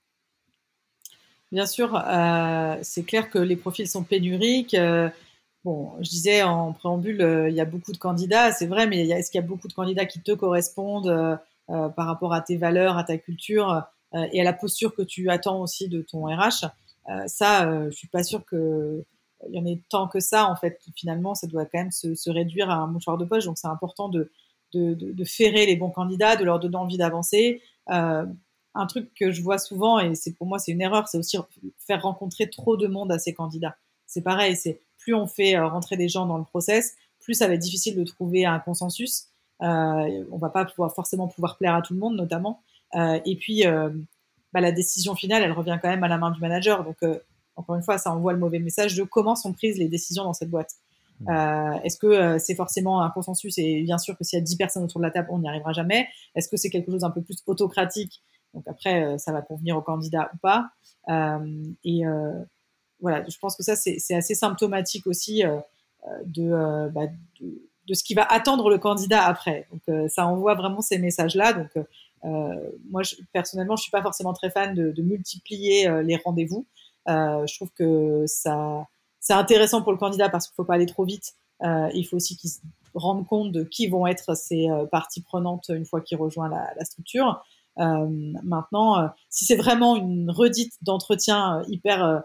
Bien sûr, euh, c'est clair que les profils sont pénuriques. Euh, bon, je disais en préambule, euh, il y a beaucoup de candidats, c'est vrai, mais il y a, est-ce qu'il y a beaucoup de candidats qui te correspondent euh, euh, par rapport à tes valeurs, à ta culture, euh, et à la posture que tu attends aussi de ton R H? euh, Ça, euh, je suis pas sûre que il y en ait tant que ça. En fait, finalement, ça doit quand même se, se réduire à un mouchoir de poche. Donc, c'est important de, de, de, de ferrer les bons candidats, de leur donner envie d'avancer. Euh, un truc que je vois souvent, et c'est pour moi c'est une erreur, c'est aussi faire rencontrer trop de monde à ces candidats. C'est pareil, c'est plus on fait rentrer des gens dans le process, plus ça va être difficile de trouver un consensus. Euh, on va pas pouvoir forcément pouvoir plaire à tout le monde, notamment. Euh, et puis, euh, bah, la décision finale, elle revient quand même à la main du manager. Donc, euh, encore une fois, ça envoie le mauvais message de comment sont prises les décisions dans cette boîte. Euh, est-ce que euh, c'est forcément un consensus? Et bien sûr que s'il y a dix personnes autour de la table, on n'y arrivera jamais. Est-ce que c'est quelque chose un peu plus autocratique? Donc après, euh, ça va convenir au candidat ou pas. Euh, et euh, voilà, je pense que ça, c'est, c'est assez symptomatique aussi euh, de, euh, bah, de, de ce qui va attendre le candidat après. Donc euh, ça envoie vraiment ces messages-là. Donc euh, moi, je, personnellement, je suis pas forcément très fan de, de multiplier euh, les rendez-vous. Euh, je trouve que ça, c'est intéressant pour le candidat parce qu'il faut pas aller trop vite. Euh, il faut aussi qu'il se rende compte de qui vont être ses euh, parties prenantes une fois qu'il rejoint la, la structure. Euh, maintenant, euh, si c'est vraiment une redite d'entretien euh, hyper euh,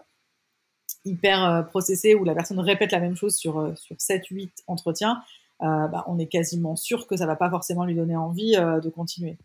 hyper euh, processée où la personne répète la même chose sur euh, sur sept huit entretiens, euh, bah, on est quasiment sûr que ça va pas forcément lui donner envie euh, de continuer.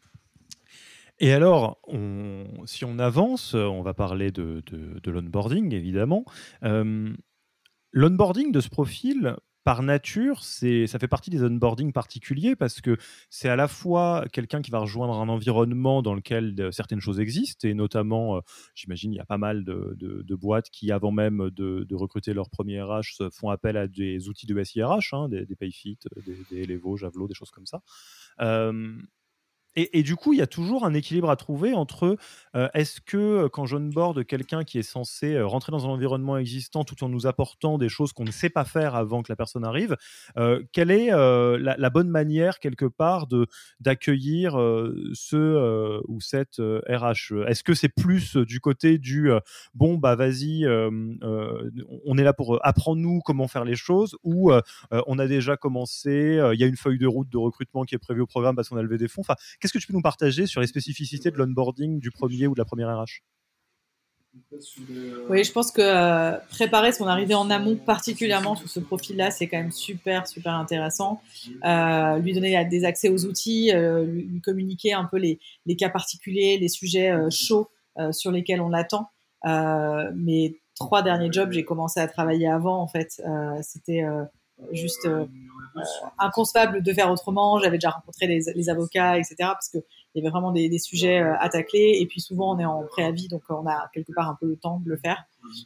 Et alors, on, si on avance, on va parler de, de, de l'onboarding, évidemment. Euh, l'onboarding de ce profil, par nature, c'est, ça fait partie des onboardings particuliers parce que c'est à la fois quelqu'un qui va rejoindre un environnement dans lequel de, certaines choses existent, et notamment, euh, j'imagine, il y a pas mal de, de, de boîtes qui, avant même de, de recruter leur premier R H, font appel à des outils de S I R H, hein, des, des Payfit, des, des Elevo, Javelot, des choses comme ça. Euh, Et, et du coup, il y a toujours un équilibre à trouver entre euh, est-ce que euh, quand j'onboard quelqu'un qui est censé euh, rentrer dans un environnement existant tout en nous apportant des choses qu'on ne sait pas faire avant que la personne arrive, euh, quelle est euh, la, la bonne manière quelque part de, d'accueillir euh, ce euh, ou cette euh, R H? Est-ce que c'est plus euh, du côté du euh, bon, bah vas-y, euh, euh, on est là pour apprendre nous comment faire les choses, ou euh, on a déjà commencé, il euh, y a une feuille de route de recrutement qui est prévue au programme parce qu'on a levé des fonds. Enfin, qu'est-ce que tu peux nous partager sur les spécificités de l'onboarding du premier ou de la première R H? Oui, je pense que euh, préparer son arrivée en amont, particulièrement sur ce profil-là, c'est quand même super, super intéressant. Euh, lui donner des accès aux outils, euh, lui, lui communiquer un peu les, les cas particuliers, les sujets euh, chauds euh, sur lesquels on l'attend. Euh, mes trois derniers jobs, j'ai commencé à travailler avant, en fait. Euh, c'était euh, juste euh, euh, inconcevable de faire autrement. J'avais déjà rencontré les, les avocats, et cetera, parce que il y avait vraiment des, des sujets euh, à tacler. Et puis souvent, on est en préavis, donc on a quelque part un peu le temps de le faire.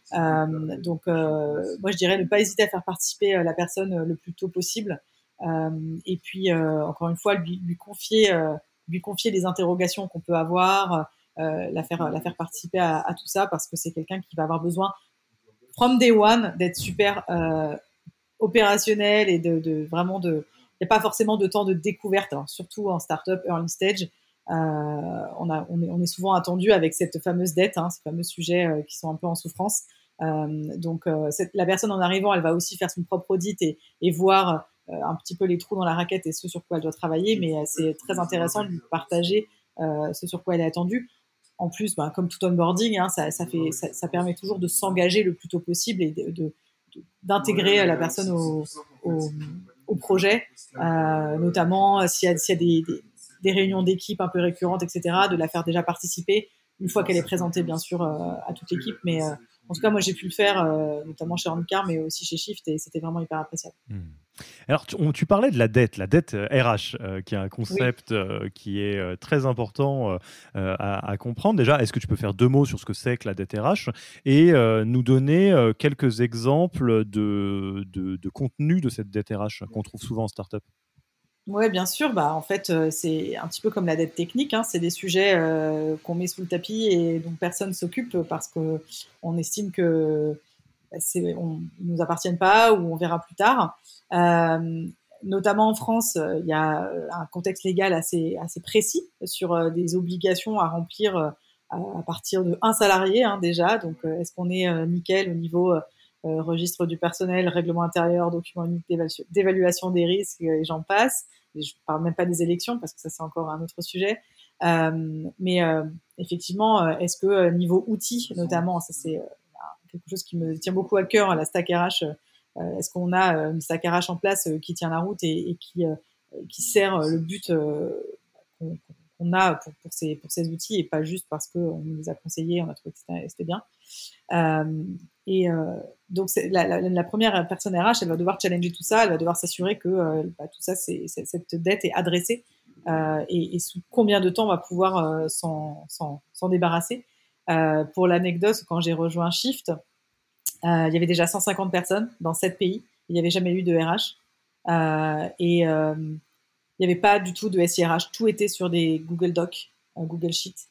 Euh, donc, euh, moi, je dirais ne pas hésiter à faire participer euh, la personne euh, le plus tôt possible. Euh, et puis, euh, encore une fois, lui, lui confier, euh, lui confier les interrogations qu'on peut avoir, euh, la faire, la faire participer à, à tout ça, parce que c'est quelqu'un qui va avoir besoin, from day one, d'être super euh, opérationnel et de, de vraiment de. Il n'y a pas forcément de temps de découverte, alors, surtout en startup early stage. Euh, on, a, on, est, on est souvent attendu avec cette fameuse dette, hein, ces fameux sujets euh, qui sont un peu en souffrance. Euh, donc, euh, cette, la personne en arrivant, elle va aussi faire son propre audit et, et voir euh, un petit peu les trous dans la raquette et ce sur quoi elle doit travailler. Mais euh, c'est très intéressant de lui partager euh, ce sur quoi elle est attendue. En plus, ben, comme tout onboarding, hein, ça, ça, fait, ça, ça permet toujours de s'engager le plus tôt possible et de, de, d'intégrer la personne au, au, au projet, euh, notamment s'il y a, s'il y a des, des, des réunions d'équipe un peu récurrentes, et cetera, de la faire déjà participer une fois qu'elle est présentée, bien sûr, euh, à toute l'équipe. Mais euh, en tout cas, moi, j'ai pu le faire, euh, notamment chez Handcar, mais aussi chez Shift, et c'était vraiment hyper appréciable. Mmh. Alors, tu, on, tu parlais de la dette, la dette euh, R H, euh, qui est un Oui. concept euh, qui est euh, très important euh, à, à comprendre. Déjà, est-ce que tu peux faire deux mots sur ce que c'est que la dette R H et euh, nous donner euh, quelques exemples de, de, de contenu de cette dette R H qu'on trouve souvent en startup? Ouais, bien sûr. Bah, en fait, euh, c'est un petit peu comme la dette technique, hein. C'est des sujets euh, qu'on met sous le tapis et dont personne s'occupe parce que on estime que bah, c'est, on, ils nous appartiennent pas ou on verra plus tard. Euh, Notamment en France, euh, il y a un contexte légal assez assez précis sur euh, des obligations à remplir euh, à, à partir de un salarié, hein, déjà. Donc, euh, est-ce qu'on est euh, nickel au niveau euh, euh, registre du personnel, règlement intérieur, document unique d'évalu- d'évaluation des risques et j'en passe. Et je parle même pas des élections parce que ça c'est encore un autre sujet. Euh, mais euh, effectivement, euh, est-ce que euh, niveau outils, notamment, ça c'est euh, quelque chose qui me tient beaucoup à cœur, la stack R H. Euh, est-ce qu'on a euh, une stack R H en place euh, qui tient la route et, et qui, euh, qui sert euh, le but euh, qu'on, qu'on a pour, pour, ces, pour ces outils et pas juste parce qu'on nous les a conseillés, on a trouvé que c'était, c'était bien. Euh, et euh, donc c'est, la, la, la première personne R H, elle va devoir challenger tout ça, elle va devoir s'assurer que euh, bah, tout ça, c'est, c'est, cette dette est adressée euh, et, et sous combien de temps on va pouvoir euh, s'en, s'en, s'en débarrasser. Euh, pour l'anecdote, quand j'ai rejoint Shift, euh, il y avait déjà cent cinquante personnes dans sept pays. Il n'y avait jamais eu de R H. Euh, et euh, il n'y avait pas du tout de S I R H. Tout était sur des Google Docs, euh, Google Sheets.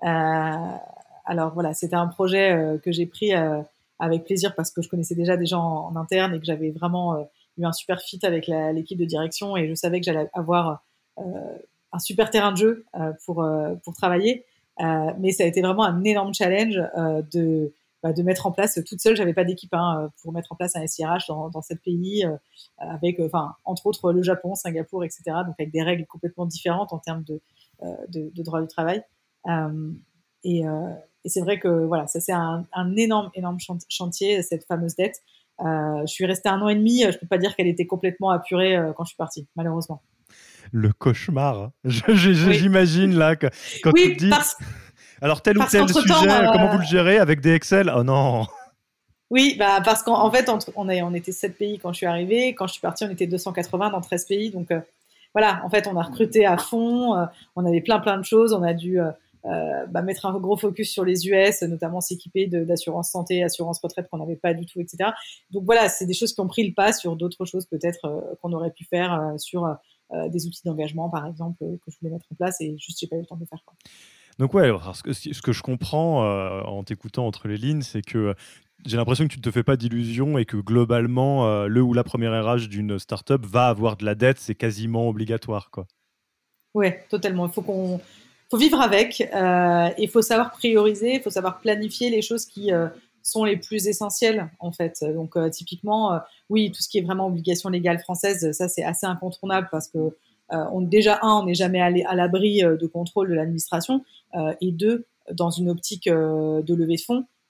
Euh, alors voilà, c'était un projet euh, que j'ai pris euh, avec plaisir parce que je connaissais déjà des gens en, en interne et que j'avais vraiment euh, eu un super fit avec la, l'équipe de direction et je savais que j'allais avoir euh, un super terrain de jeu euh, pour, euh, pour travailler. Euh, mais ça a été vraiment un énorme challenge euh, de de mettre en place toute seule. J'avais pas d'équipe hein, pour mettre en place un S I R H dans, dans sept pays, euh, avec, enfin, entre autres le Japon, Singapour, et cetera. Donc avec des règles complètement différentes en termes de, euh, de, de droit du travail. Euh, et, euh, et c'est vrai que voilà, ça c'est un, un énorme, énorme chantier, cette fameuse dette. Euh, je suis restée un an et demi. Je peux pas dire qu'elle était complètement apurée euh, quand je suis partie, malheureusement. Le cauchemar. Je, je, je, oui. J'imagine là que, quand oui, tu te dis. Parce... Alors tel ou parce tel sujet, euh... comment vous le gérez avec des Excel? Oh non. Oui, bah parce qu'en en fait, entre, on, est, on était sept pays quand je suis arrivée. Quand je suis partie, on était deux cent quatre-vingts dans treize pays. Donc euh, voilà, en fait, on a recruté à fond. Euh, on avait plein, plein de choses. On a dû euh, euh, bah, mettre un gros focus sur les U S, notamment s'équiper de, d'assurance santé, assurance retraite qu'on n'avait pas du tout, et cetera. Donc voilà, c'est des choses qui ont pris le pas sur d'autres choses peut-être euh, qu'on aurait pu faire euh, sur euh, des outils d'engagement, par exemple, euh, que je voulais mettre en place et juste, j'ai pas eu le temps de le faire, quoi. Donc ouais, alors, ce, que, ce que je comprends euh, en t'écoutant entre les lignes, c'est que j'ai l'impression que tu ne te fais pas d'illusions et que globalement, euh, le ou la première R H d'une startup va avoir de la dette, c'est quasiment obligatoire, quoi. Ouais, totalement. Il faut qu'on, faut vivre avec. Euh, il faut savoir prioriser. Il faut savoir planifier les choses qui euh, sont les plus essentielles, en fait. Donc euh, typiquement, euh, oui, tout ce qui est vraiment obligation légale française, ça c'est assez incontournable parce que euh, on, déjà un, on n'est jamais allé à l'abri euh, de contrôle de l'administration, euh, et deux, dans une optique euh, de levée de fonds,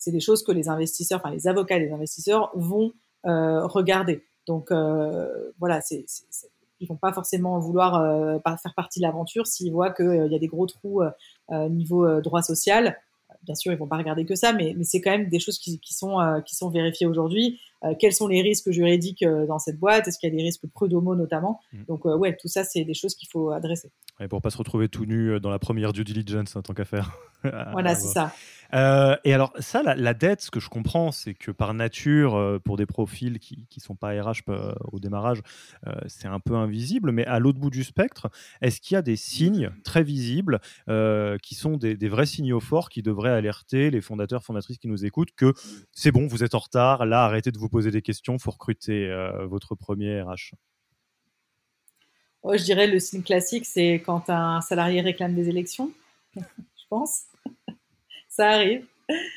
c'est des choses que les investisseurs, enfin les avocats des investisseurs vont euh, regarder. Donc euh, voilà, c'est, c'est, c'est, ils vont pas forcément vouloir euh, faire partie de l'aventure s'ils voient qu'il euh, y a des gros trous euh, niveau euh, droit social. Bien sûr, ils vont pas regarder que ça, mais, mais c'est quand même des choses qui, qui, sont, euh, qui sont vérifiées aujourd'hui. Euh, quels sont les risques juridiques euh, dans cette boîte? Est-ce qu'il y a des risques prud'homo notamment? mmh. Donc euh, ouais, tout ça, c'est des choses qu'il faut adresser. Ouais, pour pas se retrouver tout nu dans la première due diligence, hein, tant qu'à faire. Voilà, c'est ça. Euh, et alors ça, la, la dette, ce que je comprends, c'est que par nature, euh, pour des profils qui qui sont pas R H euh, au démarrage, euh, c'est un peu invisible. Mais à l'autre bout du spectre, est-ce qu'il y a des signes très visibles euh, qui sont des, des vrais signaux forts qui devraient alerter les fondateurs, fondatrices qui nous écoutent que c'est bon, vous êtes en retard, là, arrêtez de vous poser des questions, faut recruter euh, votre premier R H? Oh, je dirais le signe classique, c'est quand un salarié réclame des élections, je pense. Ça arrive.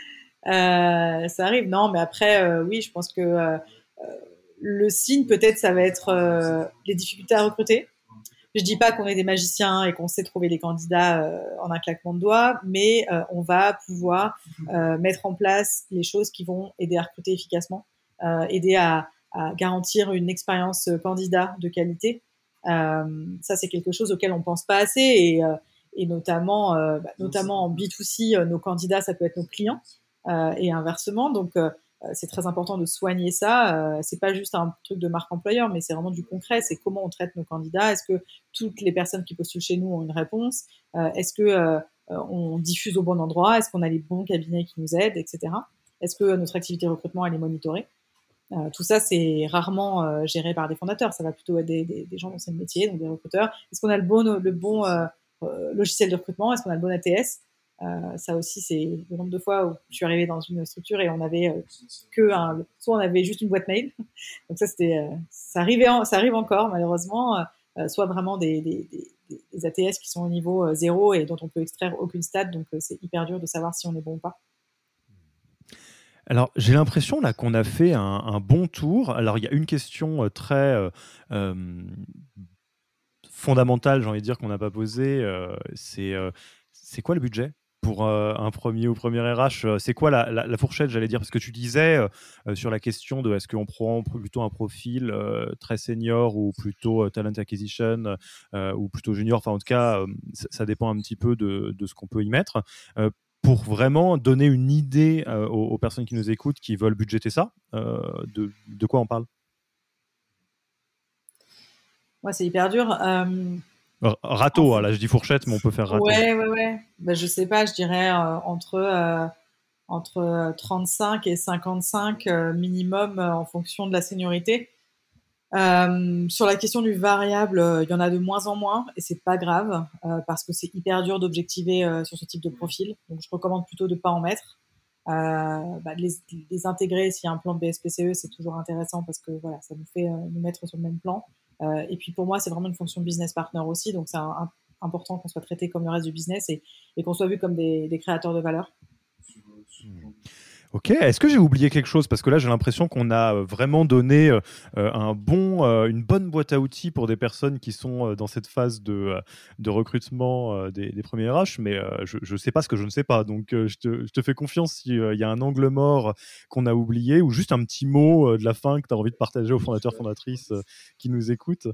Euh, ça arrive. Non, mais après, euh, oui, je pense que euh, le signe, peut-être, ça va être euh, les difficultés à recruter. Je dis pas qu'on est des magiciens et qu'on sait trouver les candidats euh, en un claquement de doigts, mais euh, on va pouvoir euh, mettre en place les choses qui vont aider à recruter efficacement, euh, aider à, à garantir une expérience candidat de qualité. Euh, ça, c'est quelque chose auquel on pense pas assez et, euh, et notamment, euh, bah, notamment en B deux C, euh, nos candidats, ça peut être nos clients euh, et inversement. Donc, euh, c'est très important de soigner ça. Euh, c'est pas juste un truc de marque employeur, mais c'est vraiment du concret. C'est comment on traite nos candidats. Est-ce que toutes les personnes qui postulent chez nous ont une réponse? euh, Est-ce que euh, on diffuse au bon endroit? Est-ce qu'on a les bons cabinets qui nous aident, et cetera. Est-ce que notre activité de recrutement elle est monitorée? Euh, tout ça, c'est rarement euh, géré par des fondateurs. Ça va plutôt être des, des, des gens dont c'est le métier, donc des recruteurs. Est-ce qu'on a le bon, le bon euh, euh, logiciel de recrutement? Est-ce qu'on a le bon A T S? Euh, ça aussi, c'est le nombre de fois où je suis arrivée dans une structure et on avait euh, que un, soit on avait juste une boîte mail. Donc ça, c'était, euh, ça arrivait, en, ça arrive encore malheureusement. Euh, soit vraiment des, des, des, des A T S qui sont au niveau euh, zéro et dont on peut extraire aucune stat. Donc euh, c'est hyper dur de savoir si on est bon ou pas. Alors, j'ai l'impression là qu'on a fait un, un bon tour. Alors, il y a une question euh, très euh, euh, fondamentale, j'ai envie de dire, qu'on n'a pas posée. Euh, c'est euh, c'est quoi le budget pour euh, un premier ou premier R H? C'est quoi la, la, la fourchette, j'allais dire? Parce que tu disais euh, sur la question de est-ce qu'on prend plutôt un profil euh, très senior ou plutôt euh, talent acquisition euh, ou plutôt junior. Enfin, en tout cas, euh, ça, ça dépend un petit peu de, de ce qu'on peut y mettre. Euh, pour vraiment donner une idée euh, aux, aux personnes qui nous écoutent, qui veulent budgéter ça, euh, de, de quoi on parle? Ouais, c'est hyper dur. Euh, Râteau, hein, là je dis fourchette, mais on peut faire râteau. Ouais, ouais, ouais. Ben, je sais pas, je dirais euh, entre, euh, entre trente-cinq et cinquante-cinq euh, minimum euh, en fonction de la seniorité. Euh, sur la question du variable, euh, il y en a de moins en moins et c'est pas grave euh, parce que c'est hyper dur d'objectiver euh, sur ce type de profil. Donc je recommande plutôt de pas en mettre. Euh, bah, de les, de les intégrer s'il y a un plan de B S P C E, c'est toujours intéressant parce que voilà, ça nous fait euh, nous mettre sur le même plan. Euh, et puis pour moi, c'est vraiment une fonction de business partner aussi, donc c'est un, un, important qu'on soit traité comme le reste du business et, et qu'on soit vu comme des, des créateurs de valeur. Mmh. Ok, est-ce que j'ai oublié quelque chose? Parce que là, j'ai l'impression qu'on a vraiment donné euh, un bon, euh, une bonne boîte à outils pour des personnes qui sont euh, dans cette phase de, de recrutement euh, des, des premiers R H, mais euh, je ne sais pas ce que je ne sais pas. Donc, euh, je, te, je te fais confiance s'il euh, y a un angle mort qu'on a oublié ou juste un petit mot euh, de la fin que tu as envie de partager aux fondateurs, fondatrices euh, qui nous écoutent.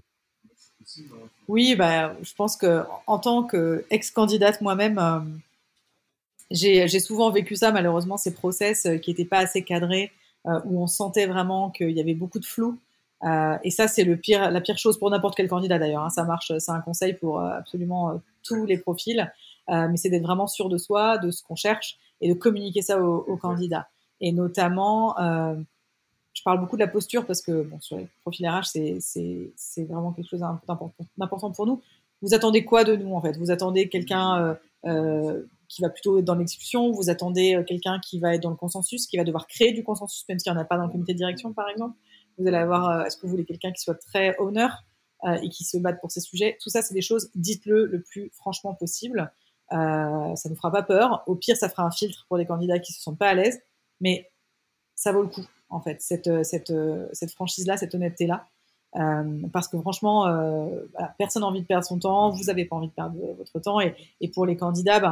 Oui, bah, je pense qu'en tant qu'ex-candidate moi-même, euh, J'ai, j'ai souvent vécu ça, malheureusement, ces process euh, qui n'étaient pas assez cadrés, euh, où on sentait vraiment qu'il y avait beaucoup de flou. Euh, et ça, c'est le pire, la pire chose pour n'importe quel candidat d'ailleurs. Hein. Ça marche, c'est un conseil pour euh, absolument euh, tous les profils. Euh, mais c'est d'être vraiment sûr de soi, de ce qu'on cherche, et de communiquer ça aux, aux candidats. Et notamment, euh, je parle beaucoup de la posture parce que bon, sur les profils R H, c'est, c'est, c'est vraiment quelque chose d'important, d'important pour nous. Vous attendez quoi de nous en fait? Vous attendez quelqu'un euh, euh, qui va plutôt être dans l'exécution, vous attendez quelqu'un qui va être dans le consensus, qui va devoir créer du consensus, même s'il n'y en a pas dans le comité de direction, par exemple. Vous allez avoir, euh, est-ce que vous voulez quelqu'un qui soit très owner euh, et qui se batte pour ces sujets? Tout ça, c'est des choses, dites-le le plus franchement possible. Euh, ça ne nous fera pas peur. Au pire, ça fera un filtre pour les candidats qui ne se sentent pas à l'aise, mais ça vaut le coup, en fait, cette, cette, cette franchise-là, cette honnêteté-là. Euh, parce que franchement, euh, voilà, personne n'a envie de perdre son temps, vous n'avez pas envie de perdre votre temps, et, et pour les candidats, bah,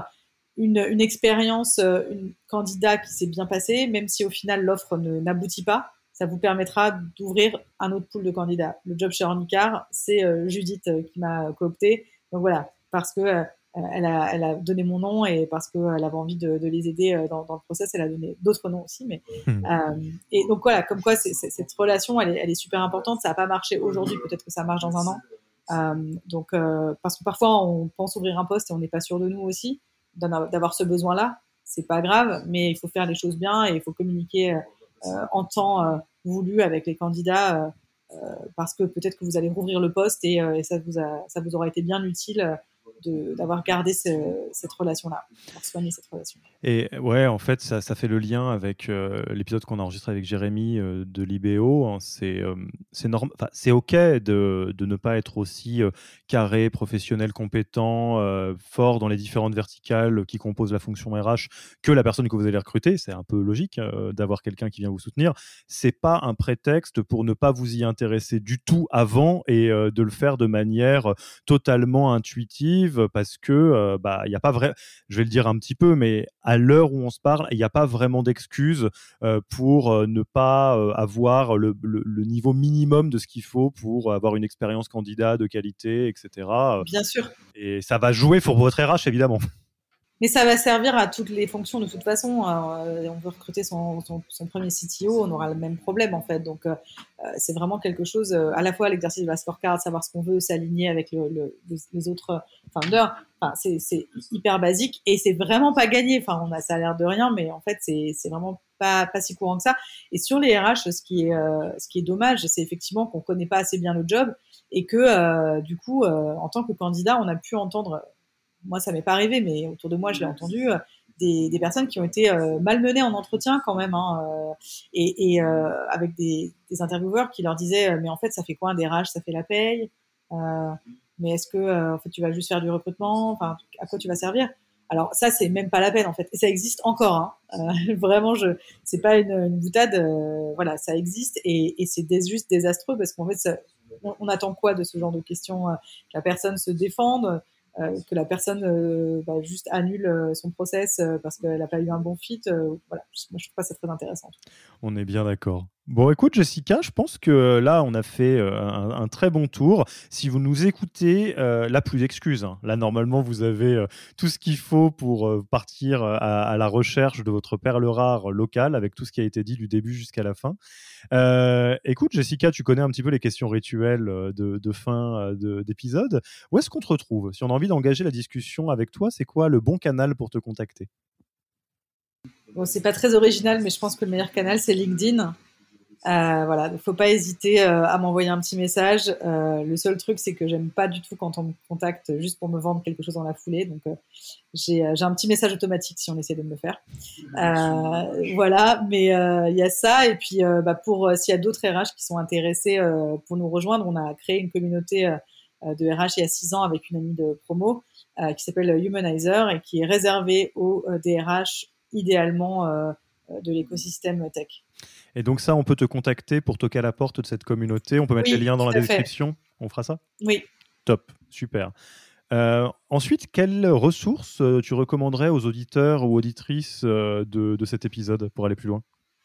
une, une expérience, euh, une candidat qui s'est bien passé, même si au final l'offre ne, n'aboutit pas, ça vous permettra d'ouvrir un autre pool de candidats. Le job chez Ornicar, c'est euh, Judith euh, qui m'a coopté. Donc voilà, parce que euh, elle, a, elle a donné mon nom et parce qu'elle avait envie de, de les aider euh, dans, dans le process, elle a donné d'autres noms aussi. Mais euh, et donc voilà, comme quoi c'est, c'est, cette relation, elle est, elle est super importante. Ça n'a pas marché aujourd'hui, peut-être que ça marche dans un an. Euh, donc euh, parce que parfois on pense ouvrir un poste et on n'est pas sûr de nous aussi d'avoir ce besoin-là. C'est pas grave, mais il faut faire les choses bien et il faut communiquer euh, en temps euh, voulu avec les candidats euh, euh, parce que peut-être que vous allez rouvrir le poste et, euh, et ça vous a, ça vous aura été bien utile de, d'avoir gardé ce, cette relation-là, d'avoir soigné cette relation. Et ouais, en fait, ça, ça fait le lien avec euh, l'épisode qu'on a enregistré avec Jérémy euh, de l'I B O. Hein. C'est, euh, c'est, norm... enfin, c'est OK de, de ne pas être aussi euh, carré, professionnel, compétent, euh, fort dans les différentes verticales qui composent la fonction R H que la personne que vous allez recruter. C'est un peu logique euh, d'avoir quelqu'un qui vient vous soutenir. C'est pas un prétexte pour ne pas vous y intéresser du tout avant et euh, de le faire de manière totalement intuitive parce que euh, bah, y a pas vrai... Je vais le dire un petit peu, mais à l'heure où on se parle, il n'y a pas vraiment d'excuses euh, pour euh, ne pas euh, avoir le, le, le niveau minimum de ce qu'il faut pour avoir une expérience candidat de qualité, et cetera. Bien sûr. Et ça va jouer pour votre R H, évidemment. Mais ça va servir à toutes les fonctions de toute façon. Euh, on veut recruter son, son, son premier C T O, on aura le même problème en fait. Donc euh, c'est vraiment quelque chose, euh, à la fois l'exercice de la scorecard, savoir ce qu'on veut, s'aligner avec le, le, les autres founders. Enfin, c'est, c'est hyper basique et c'est vraiment pas gagné. Enfin, on a ça a l'air de rien, mais en fait c'est, c'est vraiment pas, pas si courant que ça. Et sur les R H, ce qui est, euh, ce qui est dommage, c'est effectivement qu'on connaît pas assez bien le job et que euh, du coup, euh, en tant que candidat, on a pu entendre moi, ça m'est pas arrivé, mais autour de moi, je l'ai entendu, euh, des, des personnes qui ont été euh, malmenées en entretien quand même, hein, euh, et, et euh, avec des, des intervieweurs qui leur disaient, euh, mais en fait, ça fait quoi un D R H? Ça fait la paye, euh, mais est-ce que euh, en fait, tu vas juste faire du recrutement? Enfin, à quoi tu vas servir? Alors ça, c'est même pas la peine en fait, et ça existe encore. Hein. Euh, vraiment, je, c'est pas une, une boutade. Euh, voilà, ça existe et, et c'est des, juste désastreux parce qu'en fait, ça, on, on attend quoi de ce genre de questions? euh, Que la personne se défende. Euh, que la personne euh, bah, juste annule euh, son process euh, parce qu'elle n'a pas eu un bon fit. Euh, voilà, moi je trouve pas ça très intéressant. On est bien d'accord. Bon, écoute, Jessica, je pense que là, on a fait euh, un, un très bon tour. Si vous nous écoutez, euh, là, plus d'excuses. Hein. Là, normalement, vous avez euh, tout ce qu'il faut pour euh, partir à, à la recherche de votre perle rare locale avec tout ce qui a été dit du début jusqu'à la fin. Euh, écoute, Jessica, tu connais un petit peu les questions rituelles de, de fin de, d'épisode. Où est-ce qu'on te retrouve? Si on a envie d'engager la discussion avec toi, c'est quoi le bon canal pour te contacter? Bon, c'est pas très original, mais je pense que le meilleur canal, c'est LinkedIn. Euh, voilà, il ne faut pas hésiter euh, à m'envoyer un petit message. Euh, le seul truc, c'est que j'aime pas du tout quand on me contacte juste pour me vendre quelque chose dans la foulée. Donc, euh, j'ai, euh, j'ai un petit message automatique si on essaie de me le faire. Euh, voilà, mais il euh, y a ça. Et puis, euh, bah, pour euh, s'il y a d'autres R H qui sont intéressés euh, pour nous rejoindre, on a créé une communauté euh, de R H il y a six ans avec une amie de promo euh, qui s'appelle Humanizer et qui est réservée aux euh, D R H idéalement euh, de l'écosystème tech. Et donc ça, on peut te contacter pour toquer à la porte de cette communauté. On peut mettre oui, les liens dans la fait. description. On fera ça? Oui. Top, super. Euh, ensuite, quelles ressources euh, tu recommanderais aux auditeurs ou auditrices euh, de, de cet épisode pour aller plus loin?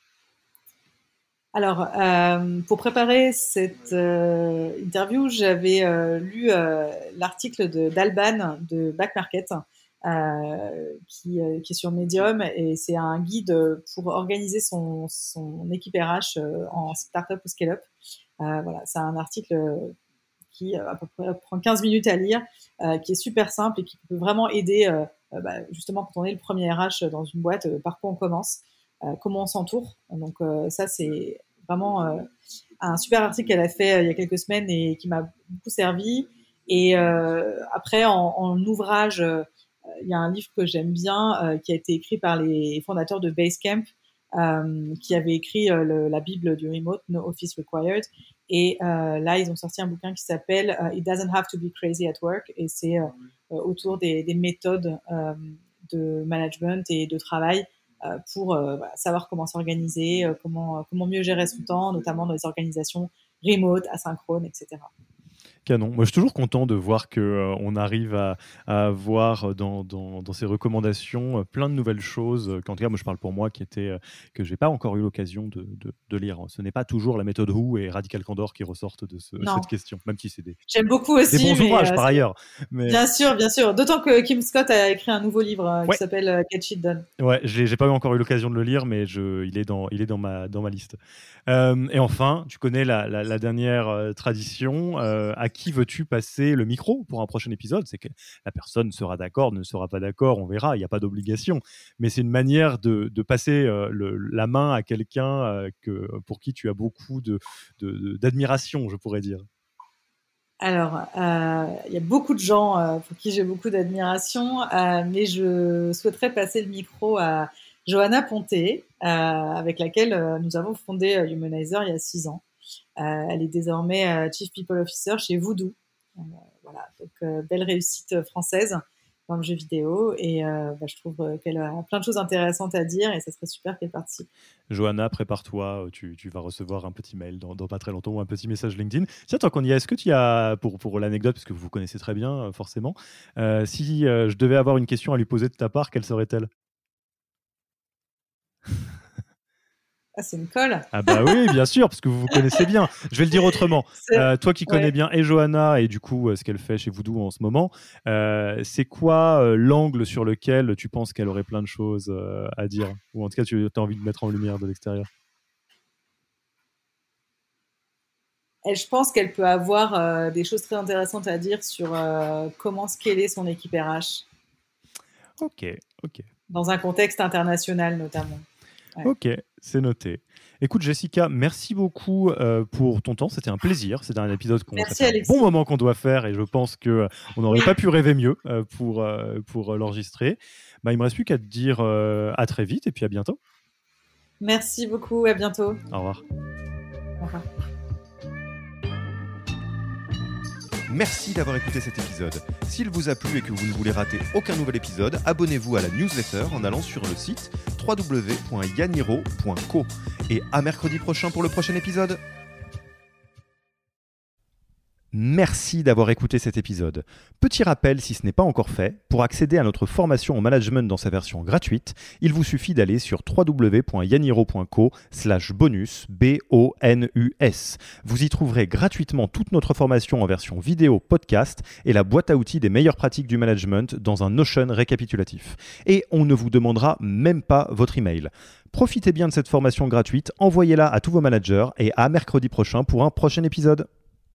Alors, euh, pour préparer cette euh, interview, j'avais euh, lu euh, l'article de, d'Alban de Back Market, euh, qui, euh, qui est sur Medium, et c'est un guide pour organiser son, son équipe R H euh, en startup ou scale-up. Euh, voilà, c'est un article qui euh, à peu près prend quinze minutes à lire, euh, qui est super simple et qui peut vraiment aider, euh, bah, justement, quand on est le premier R H dans une boîte, euh, par quoi on commence, euh, comment on s'entoure. Donc euh, ça, c'est vraiment euh, un super article qu'elle a fait euh, il y a quelques semaines et qui m'a beaucoup servi. Et euh, après, en, en ouvrage, euh, il y a un livre que j'aime bien euh, qui a été écrit par les fondateurs de Basecamp, euh, qui avait écrit euh, le, la Bible du remote, No Office Required. Et euh, là, ils ont sorti un bouquin qui s'appelle uh, It Doesn't Have to Be Crazy at Work, et c'est euh, autour des, des méthodes euh, de management et de travail euh, pour euh, voilà, savoir comment s'organiser, euh, comment, comment mieux gérer son temps, notamment dans les organisations remote, asynchrones, et cetera. Canon. Moi, je suis toujours content de voir qu'on euh, arrive à, à avoir dans, dans, dans ces recommandations euh, plein de nouvelles choses. Euh, En tout cas, moi, je parle pour moi, qui était, euh, que je n'ai pas encore eu l'occasion de, de, de lire. Ce n'est pas toujours la méthode Who et Radical Candor qui ressortent de ce, cette question, même si c'est des, J'aime beaucoup aussi, des bons mais, ouvrages euh, par c'est- ailleurs. Mais... Bien sûr, bien sûr. D'autant que Kim Scott a écrit un nouveau livre euh, Ouais. qui s'appelle euh, Get Shit Done. Ouais, j'ai, j'ai pas encore eu l'occasion de le lire, mais je, il est dans, il est dans ma, dans ma liste. Euh, et enfin, tu connais la, la, la dernière euh, tradition. Euh, à qui veux-tu passer le micro pour un prochain épisode? C'est que la personne sera d'accord, ne sera pas d'accord, on verra. Il n'y a pas d'obligation, mais c'est une manière de, de passer euh, le, la main à quelqu'un euh, que, pour qui tu as beaucoup de, de, de- d'admiration, je pourrais dire. Alors, euh, il y a beaucoup de gens euh, pour qui j'ai beaucoup d'admiration, euh, mais je souhaiterais passer le micro à Johanna Ponté, euh, avec laquelle euh, nous avons fondé euh, Humanizer il y a six ans. Euh, elle est désormais euh, Chief People Officer chez Voodoo. Euh, voilà, donc euh, belle réussite française dans le jeu vidéo, et euh, bah, je trouve euh, qu'elle a plein de choses intéressantes à dire, et ça serait super qu'elle participe. Johanna, prépare-toi, tu, tu vas recevoir un petit mail dans, dans pas très longtemps ou un petit message LinkedIn. Tiens, tant qu'on y est, est-ce que tu as, pour, pour l'anecdote, parce que vous vous connaissez très bien, euh, forcément, euh, si euh, je devais avoir une question à lui poser de ta part, quelle serait-elle? Ah, c'est une colle. Ah bah oui, bien sûr, parce que vous vous connaissez bien. Je vais le dire autrement. C'est- Euh, toi qui connais ouais. bien et Johanna et du coup euh, ce qu'elle fait chez Voodoo en ce moment, euh, c'est quoi euh, l'angle sur lequel tu penses qu'elle aurait plein de choses euh, à dire? Ou en tout cas, tu as envie de mettre en lumière de l'extérieur? Et je pense qu'elle peut avoir euh, des choses très intéressantes à dire sur euh, comment scaler son équipe R H Ok, ok. dans un contexte international notamment. Ouais. Ok, c'est noté. Écoute Jessica, merci beaucoup euh, pour ton temps. C'était un plaisir. C'était un épisode qu'on Merci, ça fait un Alexis. bon moment qu'on doit faire et je pense que euh, on n'aurait pas pu rêver mieux euh, pour euh, pour euh, l'enregistrer. Bah, il me reste plus qu'à te dire euh, à très vite et puis à bientôt. Merci beaucoup, à bientôt. Au revoir. Au revoir. Merci d'avoir écouté cet épisode. S'il vous a plu et que vous ne voulez rater aucun nouvel épisode, abonnez-vous à la newsletter en allant sur le site w w w point yaniro point co. Et à mercredi prochain pour le prochain épisode. Merci d'avoir écouté cet épisode. Petit rappel, si ce n'est pas encore fait, pour accéder à notre formation en management dans sa version gratuite, il vous suffit d'aller sur w w w point yaniro point co slash bonus, B O N U S. Vous y trouverez gratuitement toute notre formation en version vidéo podcast et la boîte à outils des meilleures pratiques du management dans un Notion récapitulatif. Et on ne vous demandera même pas votre email. Profitez bien de cette formation gratuite, envoyez-la à tous vos managers et à mercredi prochain pour un prochain épisode.